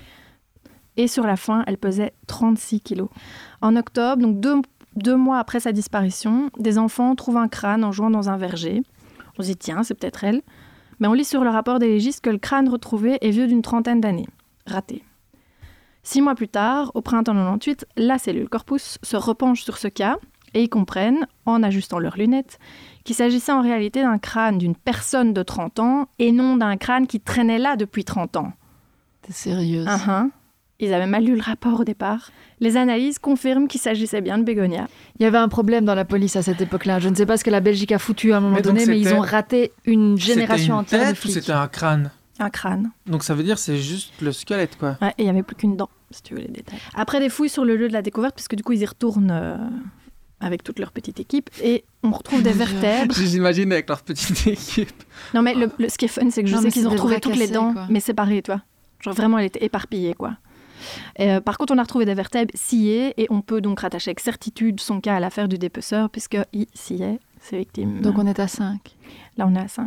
Et sur la fin, elle pesait trente-six kilos. En octobre, donc deux, deux mois après sa disparition, des enfants trouvent un crâne en jouant dans un verger. On se dit, tiens, c'est peut-être elle. Mais on lit sur le rapport des légistes que le crâne retrouvé est vieux d'une trentaine d'années. Raté. Six mois plus tard, au printemps quatre-vingt-dix-huit, la cellule Corpus se repenche sur ce cas et ils comprennent, en ajustant leurs lunettes, qu'il s'agissait en réalité d'un crâne d'une personne de trente ans et non d'un crâne qui traînait là depuis trente ans.
t'es sérieuse.
Uh-huh. Ils avaient mal lu le rapport au départ. Les analyses confirment qu'il s'agissait bien de Begonia.
Il y avait un problème dans la police à cette époque-là. Je ne sais pas ce que la Belgique a foutu à un moment
Mais donc
donné, mais ils
c'était-
ont raté une génération
C'était une
entière de
tête ou
flics.
c'était un crâne?
Un crâne.
Donc ça veut dire c'est juste le squelette, quoi.
Ouais, et il n'y avait plus qu'une dent, si tu veux les détails. Après des fouilles sur le lieu de la découverte, puisque du coup ils y retournent euh, avec toute leur petite équipe, et on retrouve des vertèbres.
J'imagine avec leur petite équipe.
Non mais le, le- ce qui est fun, c'est que je
Non,
sais
mais
qu'ils
c'est
ont
des
retrouvé
bras
toutes les
cassés,
dents,
quoi.
mais séparées, toi. Genre vraiment, elle était éparpillée, quoi. Et, euh, par contre, on a retrouvé des vertèbres sciées, et on peut donc rattacher avec certitude son cas à l'affaire du dépeceur, puisqu'il sciait ses victimes.
Donc on est à cinq.
Là, on est à cinq.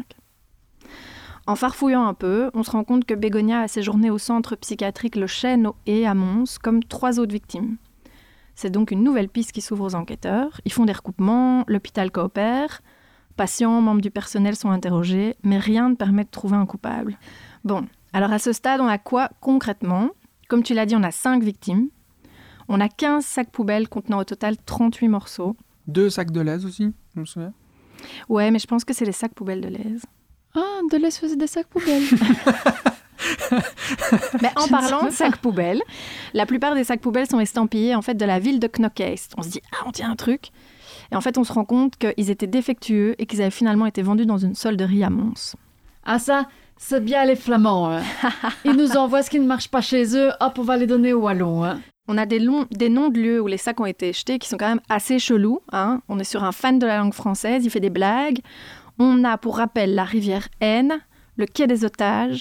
En farfouillant un peu, on se rend compte que Begonia a séjourné au centre psychiatrique Le Chêne et à Mons, comme trois autres victimes. C'est donc une nouvelle piste qui s'ouvre aux enquêteurs. Ils font des recoupements, l'hôpital coopère, patients, membres du personnel sont interrogés, mais rien ne permet de trouver un coupable. Bon, alors à ce stade, on a quoi concrètement? Comme tu l'as dit, on a cinq victimes. On a quinze sacs poubelles contenant au total trente-huit morceaux.
Deux sacs de lait aussi, je me souviens.
Ouais, mais je pense que c'est les sacs poubelles de Lèze.
Ah, de Lèze faisait des sacs poubelles.
Mais en parlant de sacs poubelles, la plupart des sacs poubelles sont estampillés en fait de la ville de Knokke-Heist. On se dit, ah, on tient un truc. Et en fait, on se rend compte qu'ils étaient défectueux et qu'ils avaient finalement été vendus dans une solderie à Mons.
Ah ça, c'est bien les Flamands. Hein. Ils nous envoient ce qui ne marche pas chez eux, hop, on va les donner aux Wallons. Hein.
On a des, longs, des noms de lieux où les sacs ont été jetés qui sont quand même assez chelous. Hein. On est sur un fan de la langue française, il fait des blagues. On a, pour rappel, la rivière Aisne, le quai des Otages,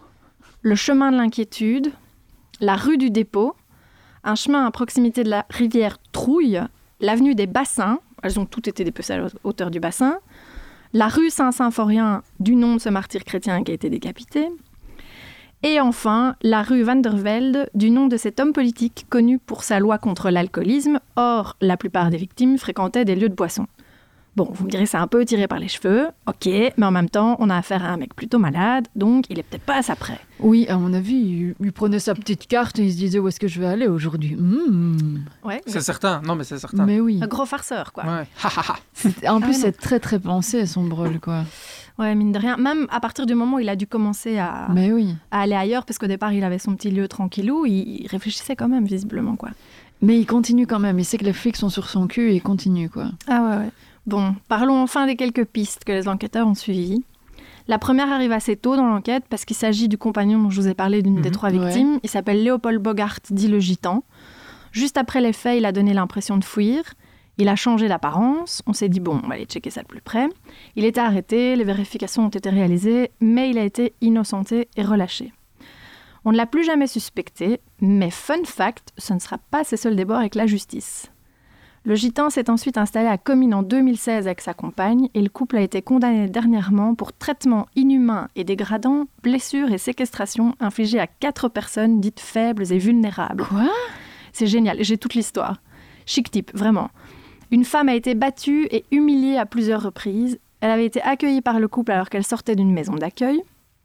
le chemin de l'inquiétude, la rue du dépôt, un chemin à proximité de la rivière Trouille, l'avenue des Bassins, elles ont toutes été dépecées à la hauteur du bassin, la rue Saint-Symphorien, du nom de ce martyr chrétien qui a été décapité, et enfin la rue Van der Velde, du nom de cet homme politique connu pour sa loi contre l'alcoolisme. Or, la plupart des victimes fréquentaient des lieux de boisson. Bon, vous me direz, c'est un peu tiré par les cheveux, ok, mais en même temps, on a affaire à un mec plutôt malade, donc il est peut-être pas à sa près.
Oui, à mon avis, il, il prenait sa petite carte et il se disait où est-ce que je vais aller aujourd'hui. Mmh.
Ouais,
c'est certain, non mais c'est certain.
Mais oui.
Un gros farceur, quoi.
Ouais.
En plus,
Ah,
c'est très très pensé son brûle, quoi.
Ouais, mine de rien. Même à partir du moment où il a dû commencer à,
Mais oui.
à aller ailleurs, parce qu'au départ, il avait son petit lieu tranquillou, il, il réfléchissait quand même, visiblement, quoi.
Mais il continue quand même. Il sait que les flics sont sur son cul et il continue, quoi.
Ah ouais, ouais. Bon, parlons enfin des quelques pistes que les enquêteurs ont suivies. La première arrive assez tôt dans l'enquête parce qu'il s'agit du compagnon dont je vous ai parlé, d'une mmh, des trois victimes. Ouais. Il s'appelle Léopold Bogart, dit le Gitan. Juste après les faits, il a donné l'impression de fuir. Il a changé d'apparence. On s'est dit, bon, on va aller checker ça de plus près. Il était arrêté, les vérifications ont été réalisées, mais il a été innocenté et relâché. On ne l'a plus jamais suspecté, mais fun fact, ce ne sera pas ses seuls débords avec la justice. Le Gitan s'est ensuite installé à Comines en deux mille seize avec sa compagne et le couple a été condamné dernièrement pour traitement inhumain et dégradant, blessures et séquestration infligées à quatre personnes dites faibles et vulnérables.
Quoi ?
C'est génial, j'ai toute l'histoire. Chic type, vraiment. Une femme a été battue et humiliée à plusieurs reprises. Elle avait été accueillie par le couple alors qu'elle sortait d'une maison d'accueil.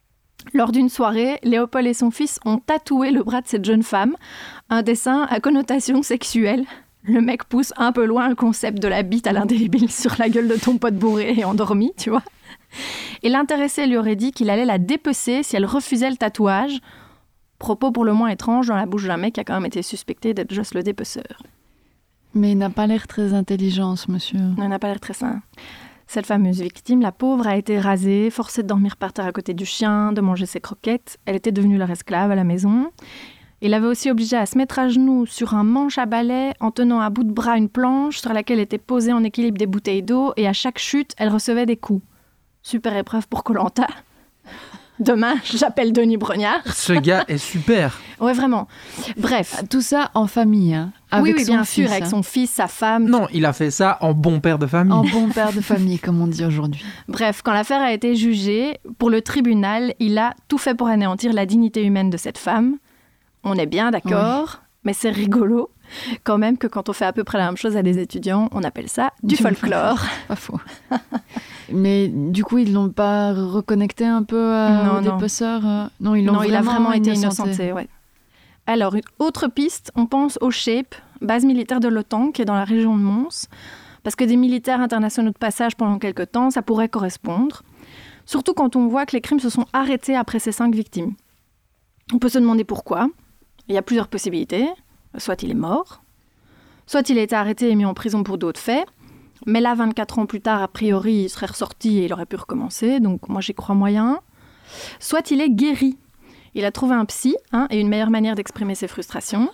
Lors d'une soirée, Léopold et son fils ont tatoué le bras de cette jeune femme, un dessin à connotation sexuelle. Le mec pousse un peu loin le concept de la bite à l'indélébile sur la gueule de ton pote bourré et endormi, tu vois. Et l'intéressé lui aurait dit qu'il allait la dépecer si elle refusait le tatouage. Propos pour le moins étrange dans la bouche d'un mec qui a quand même été suspecté d'être juste le dépeceur.
Mais il n'a pas l'air très intelligent, ce monsieur.
Il n'a pas l'air très sain. Cette fameuse victime, la pauvre, a été rasée, forcée de dormir par terre à côté du chien, de manger ses croquettes. Elle était devenue leur esclave à la maison. Il l'avait aussi obligée à se mettre à genoux sur un manche à balai en tenant à bout de bras une planche sur laquelle étaient posées en équilibre des bouteilles d'eau et à chaque chute, elle recevait des coups. Super épreuve pour Koh-Lanta. Demain, j'appelle Denis Brognard.
Ce gars est super.
Ouais, vraiment. Bref.
Tout ça en famille, hein, avec
oui, oui,
son
bien
fils,
sûr, avec
hein.
son fils, sa femme.
Non, il a fait ça en bon père de famille.
En bon père de famille, comme on dit aujourd'hui.
Bref, quand l'affaire a été jugée, pour le tribunal, il a tout fait pour anéantir la dignité humaine de cette femme. On est bien d'accord, oui. Mais c'est rigolo quand même que quand on fait à peu près la même chose à des étudiants, on appelle ça du, du folklore.
Pas faux. Mais du coup, ils l'ont pas reconnecté un peu euh,
non,
au
non.
dépeceur euh... Non, ils l'ont
non,
vraiment
il a vraiment été
innocenté.
innocenté. Ouais. Alors, une autre piste, on pense au SHAPE, base militaire de l'OTAN, qui est dans la région de Mons, parce que des militaires internationaux de passage pendant quelques temps, ça pourrait correspondre. Surtout quand on voit que les crimes se sont arrêtés après ces cinq victimes. On peut se demander pourquoi. Il y a plusieurs possibilités. Soit il est mort, soit il a été arrêté et mis en prison pour d'autres faits. Mais là, vingt-quatre ans plus tard, a priori, il serait ressorti et il aurait pu recommencer. Donc moi, j'y crois moyen. Soit il est guéri. Il a trouvé un psy hein, et une meilleure manière d'exprimer ses frustrations.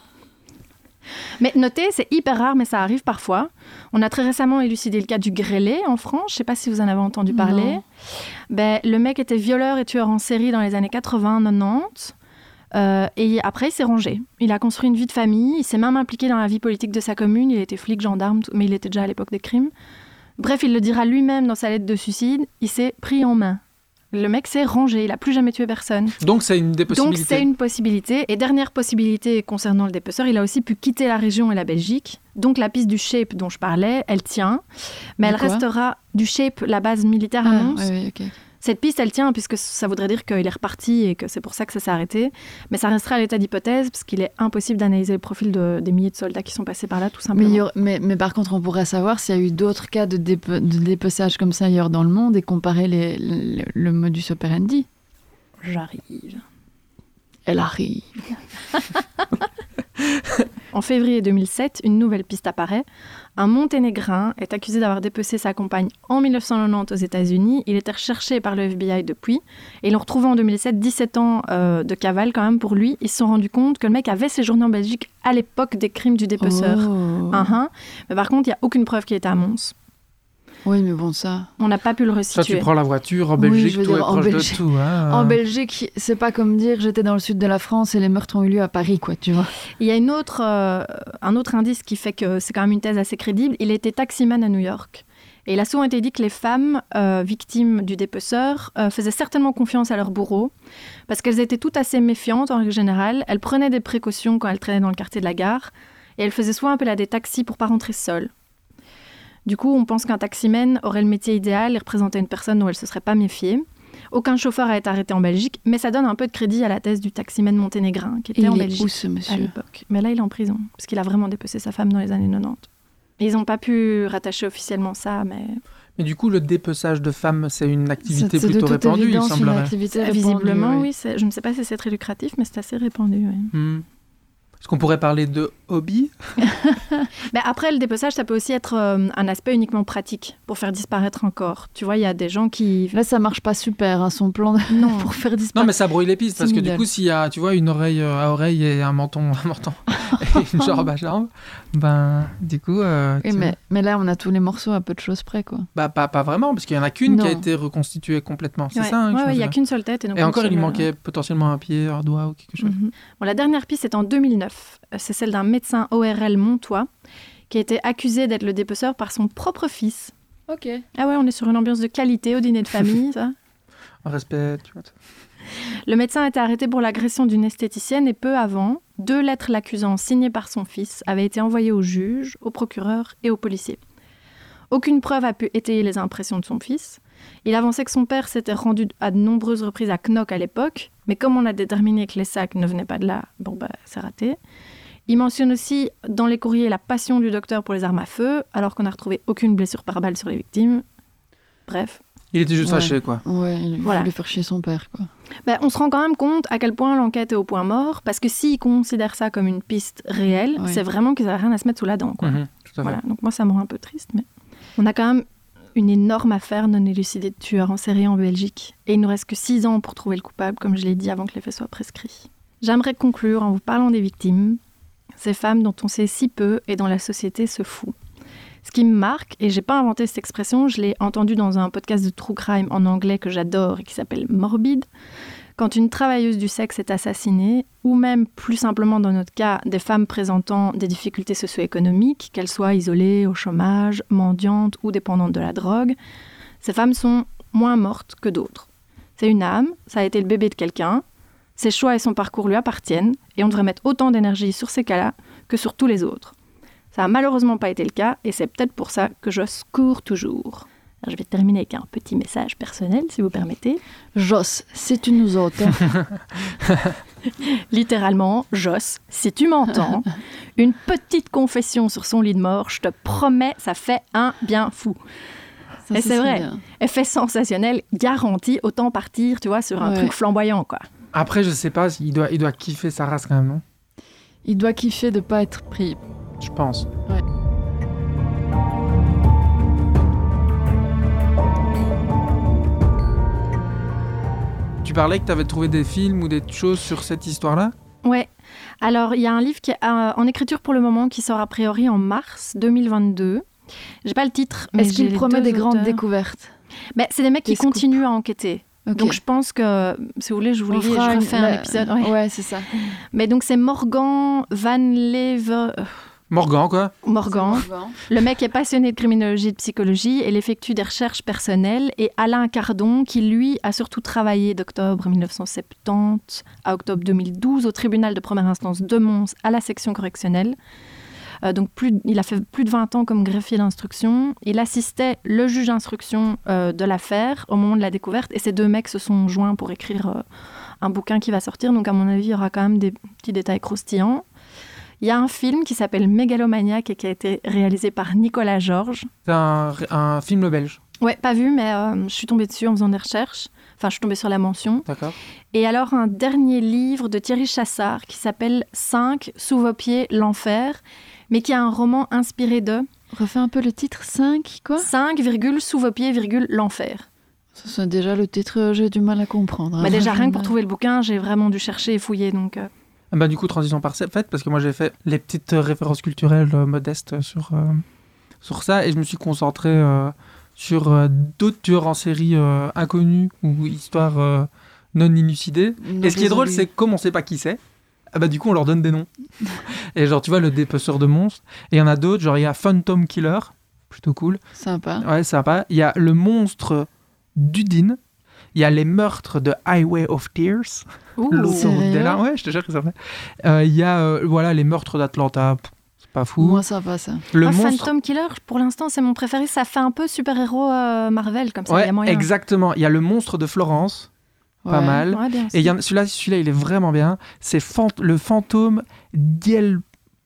Mais notez, c'est hyper rare, mais ça arrive parfois. On a très récemment élucidé le cas du grêlé en France. Je ne sais pas si vous en avez entendu parler. Ben, le mec était violeur et tueur en série dans les années quatre-vingts quatre-vingt-dix. Euh, et après, il s'est rangé. Il a construit une vie de famille. Il s'est même impliqué dans la vie politique de sa commune. Il était flic, gendarme, mais il était déjà à l'époque des crimes. Bref, il le dira lui-même dans sa lettre de suicide. Il s'est pris en main. Le mec s'est rangé, il n'a plus jamais tué personne.
Donc c'est une des possibilités.
Donc c'est une possibilité. Et dernière possibilité concernant le dépeceur, il a aussi pu quitter la région et la Belgique. Donc la piste du SHAPE dont je parlais, elle tient. Mais
du
elle
quoi
restera du SHAPE, la base militaire à
ah,
Mons.
Oui, oui, okay.
Cette piste, elle tient, puisque ça voudrait dire qu'il est reparti et que c'est pour ça que ça s'est arrêté. Mais ça restera à l'état d'hypothèse, parce qu'il est impossible d'analyser le profil de, des milliers de soldats qui sont passés par là, tout simplement.
Mais, aura, mais, mais par contre, on pourrait savoir s'il y a eu d'autres cas de, dépe- de dépeçage comme ça ailleurs dans le monde et comparer les, les, le modus operandi.
J'arrive.
Elle arrive.
En février deux mille sept, une nouvelle piste apparaît. Un Monténégrin est accusé d'avoir dépecé sa compagne en dix-neuf cent quatre-vingt-dix aux États-Unis. Il était recherché par le F B I depuis. Et ils l'ont retrouvé en deux mille sept, dix-sept ans euh, de cavale quand même pour lui. Ils se sont rendus compte que le mec avait séjourné en Belgique à l'époque des crimes du dépeceur.
Oh.
Uh-huh. Mais par contre, il n'y a aucune preuve qu'il était à Mons.
Oui, mais bon, ça...
On n'a pas pu le resituer.
Ça, tu prends la voiture, en
Oui,
Belgique,
je veux
tout
dire,
est
en
proche
Belgique-
de tout. Hein.
En Belgique, c'est pas comme dire j'étais dans le sud de la France et les meurtres ont eu lieu à Paris, quoi, tu vois.
Il y a une autre, euh, un autre indice qui fait que c'est quand même une thèse assez crédible. Il était taximan à New York. Et il a souvent été dit que les femmes euh, victimes du dépeceur euh, faisaient certainement confiance à leur bourreau, parce qu'elles étaient toutes assez méfiantes en règle générale. Elles prenaient des précautions quand elles traînaient dans le quartier de la gare, et elles faisaient souvent appel à des taxis pour pas rentrer seules. Du coup, on pense qu'un taximan aurait le métier idéal et représentait une personne dont elle ne se serait pas méfiée. Aucun chauffeur a été arrêté en Belgique, mais ça donne un peu de crédit à la thèse du taximan monténégrin qui était
Et
en
il est
Belgique
où, ce
à
monsieur ?
l'époque. Mais là, il est en prison, parce qu'il a vraiment dépecé sa femme dans les années quatre-vingt-dix. Et ils n'ont pas pu rattacher officiellement ça, mais...
Mais du coup, le dépeçage de femmes, c'est une activité
C'est- c'est de
plutôt
toute
répandue, il
évidence une
semblerait.
activité répandue,
Visiblement,
oui.
oui. c'est- Je ne sais pas si c'est très lucratif, mais c'est assez répandu. Oui.
Hmm. Est-ce qu'on pourrait parler de hobby ?
Mais après, le dépeçage, ça peut aussi être euh, un aspect uniquement pratique pour faire disparaître un corps. Tu vois, il y a des gens qui...
Là, ça marche pas super, hein, son plan de-
Non.
pour faire
Non,
disparaître.
mais ça brouille les pistes,
C'est
parce que du
middle.
coup, s'il y a, tu vois, une oreille euh, à oreille et un menton à menton, et une jambe à jambe, ben, du coup... euh,
Oui,
tu
mais,
vois.
mais là, on a tous les morceaux à peu de choses près, quoi.
Bah, pas, pas vraiment, parce qu'il y en a qu'une qui a
Non.
été reconstituée complètement, c'est
Ouais.
ça hein, que
Ouais,
je
ouais,
me
il n'y a
souviens.
qu'une seule tête. Et, donc
Et
une
encore, il lui
seule,
manquait potentiellement un pied, un doigt ou quelque chose.
Mhm. Bon, la dernière piste est en deux mille neuf. C'est celle d'un médecin O R L montois qui a été accusé d'être le dépeceur par son propre fils.
Ok.
Ah ouais, on est sur une ambiance de qualité au dîner de famille, ça.
Un respect, tu vois.
Le médecin a été arrêté pour l'agression d'une esthéticienne et peu avant, deux lettres l'accusant signées par son fils avaient été envoyées au juge, au procureur et au policier. Aucune preuve a pu étayer les impressions de son fils. Il avançait que son père s'était rendu à de nombreuses reprises à Knock à l'époque, mais comme on a déterminé que les sacs ne venaient pas de là, bon bah c'est raté. Il mentionne aussi dans les courriers la passion du docteur pour les armes à feu, alors qu'on n'a retrouvé aucune blessure par balle sur les victimes. Bref.
Il était juste
Ouais.
fâché, quoi.
Ouais, il
Voilà.
voulait faire chier son père, quoi.
Ben, on se rend quand même compte à quel point l'enquête est au point mort, parce que s'ils considèrent ça comme une piste réelle,
Oui.
c'est vraiment qu'ils n'avaient rien à se mettre sous la dent. Quoi.
Mhm, tout à fait.
Voilà. Donc moi, ça me rend un peu triste, mais on a quand même une énorme affaire non élucidée de tueurs en série en Belgique. Et il nous reste que six ans pour trouver le coupable, comme je l'ai dit, avant que les faits soient prescrits. J'aimerais conclure en vous parlant des victimes, ces femmes dont on sait si peu et dont la société se fout. Ce qui me marque, et j'ai pas inventé cette expression, je l'ai entendue dans un podcast de true crime en anglais que j'adore et qui s'appelle Morbid, quand une travailleuse du sexe est assassinée, ou même plus simplement dans notre cas, des femmes présentant des difficultés socio-économiques, qu'elles soient isolées, au chômage, mendiantes ou dépendantes de la drogue, ces femmes sont moins mortes que d'autres. C'est une âme, ça a été le bébé de quelqu'un, ses choix et son parcours lui appartiennent, et on devrait mettre autant d'énergie sur ces cas-là que sur tous les autres. Ça n'a malheureusement pas été le cas, et c'est peut-être pour ça que je cours toujours. Alors, je vais terminer avec un petit message personnel, si vous permettez.
Joss, si tu nous entends.
Littéralement, Joss, si tu m'entends, une petite confession sur son lit de mort, je te promets, ça fait un bien fou.
Ça,
Et
ce
c'est
serait
vrai,
bien.
effet sensationnel, garanti, autant partir, tu vois, sur un
Ouais.
truc flamboyant, quoi.
Après, je sais pas, il doit, il doit kiffer sa race quand même, non ?
Il doit kiffer de pas être pris.
Je pense.
Ouais.
Tu parlais que tu avais trouvé des films ou des choses sur cette histoire-là ?
Ouais. Alors, il y a un livre qui est euh, en écriture pour le moment qui sort a priori en mars deux mille vingt-deux. J'ai pas le titre, mais
Est-ce
j'ai
qu'il
les
promet
deux
des grandes
auteurs.
découvertes?
Ben, c'est des mecs qui
Des scoops.
continuent à enquêter.
Ok.
Donc je pense que, si vous voulez, je vous
On
lis et je
fera une-
refais un
la-
épisode. Ouais.
Ouais, c'est ça.
Mais donc c'est Morgan Van Lever... euh,
Morgan, quoi.
Morgan. Le mec est passionné de criminologie et de psychologie et il effectue des recherches personnelles. Et Alain Cardon, qui lui a surtout travaillé d'octobre mille neuf cent soixante-dix à octobre deux mille douze au tribunal de première instance de Mons à la section correctionnelle. Euh, donc plus, il a fait plus de vingt ans comme greffier d'instruction. Il assistait le juge d'instruction euh, de l'affaire au moment de la découverte. Et ces deux mecs se sont joints pour écrire euh, un bouquin qui va sortir. Donc à mon avis, il y aura quand même des petits détails croustillants. Il y a un film qui s'appelle Mégalomaniac et qui a été réalisé par Nicolas Georges.
C'est un, un film belge.
Ouais, pas vu, mais euh, je suis tombée dessus en faisant des recherches. Enfin, je suis tombée sur la mention.
D'accord.
Et alors, un dernier livre de Thierry Chassard qui s'appelle cinq, Sous vos pieds, l'enfer, mais qui a un roman inspiré de...
Refais un peu le titre, cinq, quoi
cinq, virgule, Sous vos pieds, virgule, l'enfer.
Ça, c'est déjà le titre, j'ai du mal à comprendre. Hein.
Bah déjà,
Moi,
rien que pour
me...
trouver le bouquin, j'ai vraiment dû chercher et fouiller, donc... Euh...
Bah, du coup, transition parfaite, parce que moi, j'ai fait les petites références culturelles euh, modestes sur, euh, sur ça, et je me suis concentré euh, sur euh, d'autres tueurs en série euh, inconnus ou histoires euh, non élucidées.
Non,
et ce qui est drôle,
désolé.
c'est que comme on sait pas qui c'est, ah bah, du coup, on leur donne des noms. Et genre, tu vois, le dépeceur de monstres, et il y en a d'autres, genre, il y a Phantom Killer, plutôt cool.
Sympa.
Ouais, sympa. Il y a le monstre d'Udine. Il y a les meurtres de Highway of Tears.
Ouh,
L'autoroute des larmes. Ouais, je te jure que c'est vrai. Euh, Il y a euh, voilà, les meurtres d'Atlanta. Pff, c'est pas fou.
Moi, ça va, ça.
Le
ah,
monstre.
Phantom Killer, pour l'instant, c'est mon préféré. Ça fait un peu super-héros euh, Marvel, comme ça. Il y
Ouais,
a moyen.
exactement. Il y a le monstre de Florence. Pas
Ouais.
mal.
Ouais, bien
Et il y en a- celui-là, celui-là, il est vraiment bien. C'est fant- le fantôme d'Ielbran,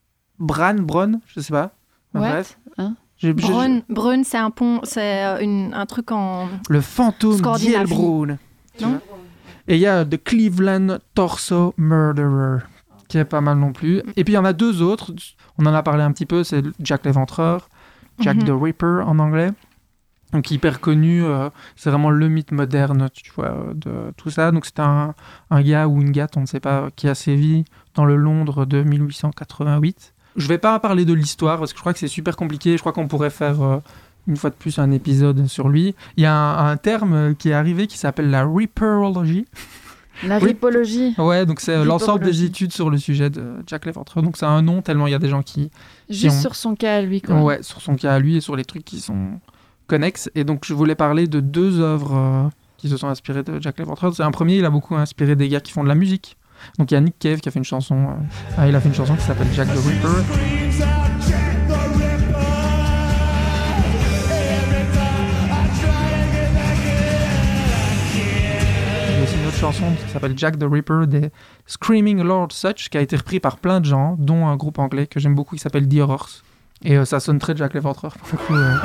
Bron, je sais pas.
What
Bref.
Hein
J'ai- j'ai-
Brun, Brun, c'est un pont, c'est euh, une- un truc en...
Le fantôme
Scandinavie.
d'Ielbron.
Non.
Et il y a The Cleveland Torso Murderer, qui est pas mal non plus. Et puis il y en a deux autres, on en a parlé un petit peu, c'est Jack l'Éventreur, Jack
Mhm.
the Ripper en anglais. Donc hyper connu, euh, c'est vraiment le mythe moderne, tu vois, euh, de tout ça. Donc c'est un, un gars ou une gatte, on ne sait pas, qui a sévi dans le Londres de mille huit cent quatre-vingt-huit. Je vais pas parler de l'histoire parce que je crois que c'est super compliqué. Je crois qu'on pourrait faire euh, une fois de plus un épisode sur lui. Il y a un, un terme qui est arrivé qui s'appelle la Ripperology.
La
Oui.
ripologie.
Ouais, donc c'est l'ensemble des
Ripperology.
études sur le sujet de Jack l'Éventreur. Donc c'est un nom tellement il y a des gens qui,
Juste
ont-
sur son cas à lui, quoi.
ouais, sur son cas à lui et sur les trucs qui sont connexes. Et donc je voulais parler de deux œuvres euh, qui se sont inspirées de Jack l'Éventreur. C'est un premier, il a beaucoup inspiré des gars qui font de la musique. Donc il y a Nick Cave qui a fait une chanson. euh, ah, il a fait une chanson qui s'appelle Jack the Ripper. Il y a aussi une autre chanson qui s'appelle Jack the Ripper des Screaming Lord Sutch qui a été repris par plein de gens, dont un groupe anglais que j'aime beaucoup qui s'appelle The Horrors. Et euh, ça sonne très Jack l'Éventreur pour le coup. euh.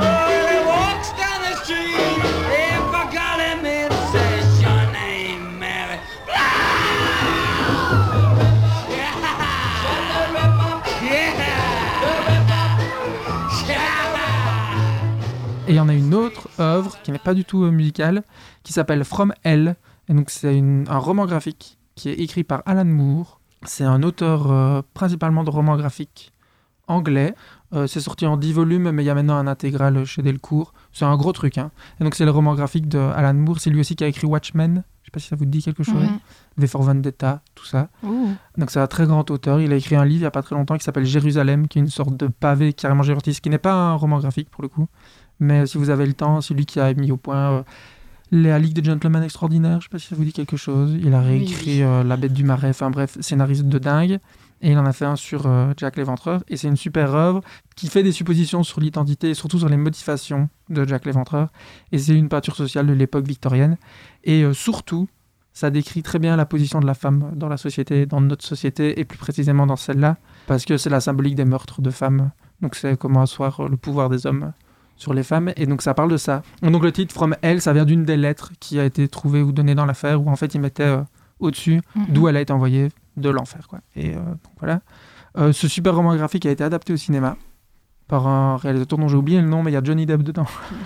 Et il y en a une autre œuvre qui n'est pas du tout euh, musicale, qui s'appelle From Hell. Et donc c'est une- un roman graphique qui est écrit par Alan Moore. C'est un auteur euh, principalement de romans graphiques anglais. Euh, c'est sorti en dix volumes, mais il y a maintenant un intégral chez Delcourt. C'est un gros truc. Hein. Et donc c'est le roman graphique de Alan Moore. C'est lui aussi qui a écrit Watchmen. Je sais pas si ça vous dit quelque chose.
Mhm.
V for Vendetta, tout ça.
Ouh.
Donc c'est un très grand auteur. Il a écrit un livre il n'y a pas très longtemps qui s'appelle Jérusalem, qui est une sorte de pavé carrément gigantesque, qui n'est pas un roman graphique pour le coup. Mais si vous avez le temps, c'est lui qui a mis au point euh, la Ligue des Gentlemen Extraordinaires. Je ne sais pas si ça vous dit quelque chose. Il a réécrit
oui.
euh, La Bête du Marais. Enfin bref, scénariste de dingue. Et il en a fait un sur euh, Jack l'Éventreur. Et c'est une super œuvre qui fait des suppositions sur l'identité et surtout sur les motivations de Jack l'Éventreur. Et c'est une peinture sociale de l'époque victorienne. Et euh, surtout, ça décrit très bien la position de la femme dans la société, dans notre société, et plus précisément dans celle-là, parce que c'est la symbolique des meurtres de femmes. Donc c'est comment asseoir le pouvoir des hommes sur les femmes, et donc ça parle de ça. Et donc le titre From Hell, ça vient d'une des lettres qui a été trouvée ou donnée dans l'affaire, où en fait il mettait euh, au-dessus
Mhm.
d'où elle a été envoyée, de l'enfer, quoi. Et euh, donc voilà. Euh, ce super roman graphique a été adapté au cinéma par un réalisateur dont j'ai oublié le nom, mais il y a Johnny Depp dedans.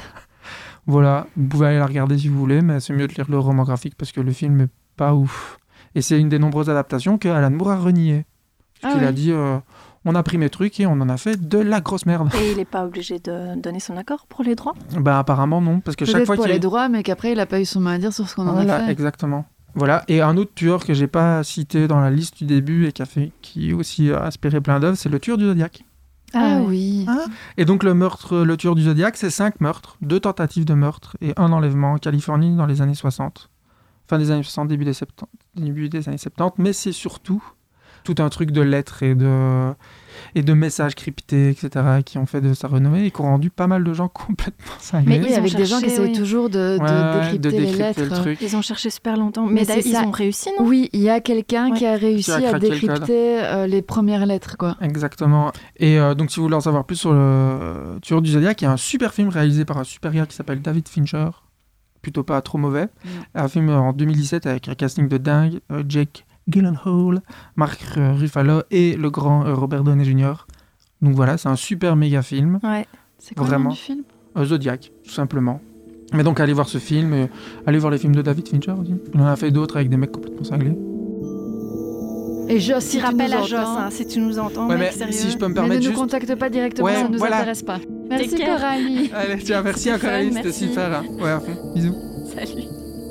Voilà, vous pouvez aller la regarder si vous voulez, mais c'est mieux de lire le roman graphique parce que le film est pas ouf. Et c'est une des nombreuses adaptations que Alan Moore a renié.
Ah
il
ouais.
a dit, euh, on a pris mes trucs et on en a fait de la grosse merde.
Et il n'est pas obligé de donner son accord pour les droits.
Bah apparemment non, parce que chaque
Peut-être
fois
pour
qu'il
les droits, mais qu'après, il n'a pas eu son mot à dire sur ce qu'on en
Voilà,
a fait.
exactement. Voilà, et un autre tueur que j'ai pas cité dans la liste du début et qui a fait, qui aussi a inspiré plein d'œuvres, c'est le tueur du Zodiac.
Ah
ouais.
oui.
Et donc le meurtre, le tueur du Zodiac, c'est cinq meurtres, deux tentatives de meurtre et un enlèvement en Californie dans les années soixante. Fin des années soixante, début des, septante, début des années soixante-dix, mais c'est surtout tout un truc de lettres et de, et de messages cryptés, et cetera, qui ont fait de sa renommée et qui ont rendu pas mal de gens complètement cinglés.
Mais oui, avec des gens qui essayaient
oui.
toujours de, de
Ouais,
décrypter,
de
les
décrypter
lettres.
le truc.
Ils ont cherché super longtemps. Mais,
Mais
d'ailleurs,
c'est
ils
ça.
ont réussi, non?
Oui, il y a quelqu'un
Ouais.
qui a réussi
Qui a
à
craqué le code.
décrypter euh, les premières lettres, quoi.
Exactement. Et euh, donc, si vous voulez en savoir plus sur le euh, tueur du Zodiac, il y a un super film réalisé par un super gars qui s'appelle David Fincher. Plutôt pas trop mauvais.
Non.
Un film en deux mille dix-sept avec un casting de dingue. Euh, Jake Gyllenhaal, Mark Ruffalo et le grand euh, Robert Downey junior Donc voilà, c'est un super méga film.
Ouais.
C'est quoi
Vraiment.
le nom du film?
Euh, Zodiac, tout simplement. Mais donc, allez voir ce film et allez voir les films de David Fincher aussi. Il en a fait d'autres avec des mecs complètement cinglés.
Et Joss,
Si
si tu
rappelle
nous
à Joss,
entends,
hein, si tu nous entends,
Ouais,
mec,
mais
sérieux.
si je peux me
mais
permettre
ne nous
juste...
contacte pas directement,
Ouais,
ça ne nous
voilà.
intéresse pas. Merci
Take care.
Coralie.
Allez, tiens, merci
C'était
à Coralie,
fun,
c'était
merci.
super. Hein. Ouais, enfin, bisous.
Salut.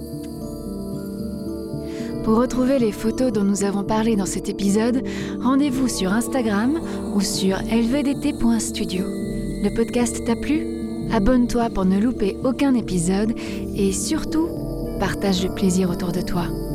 Pour retrouver les photos dont nous avons parlé dans cet épisode, rendez-vous sur Instagram ou sur l v d t point studio. Le podcast t'a plu? Abonne-toi pour ne louper aucun épisode et surtout, partage le plaisir autour de toi.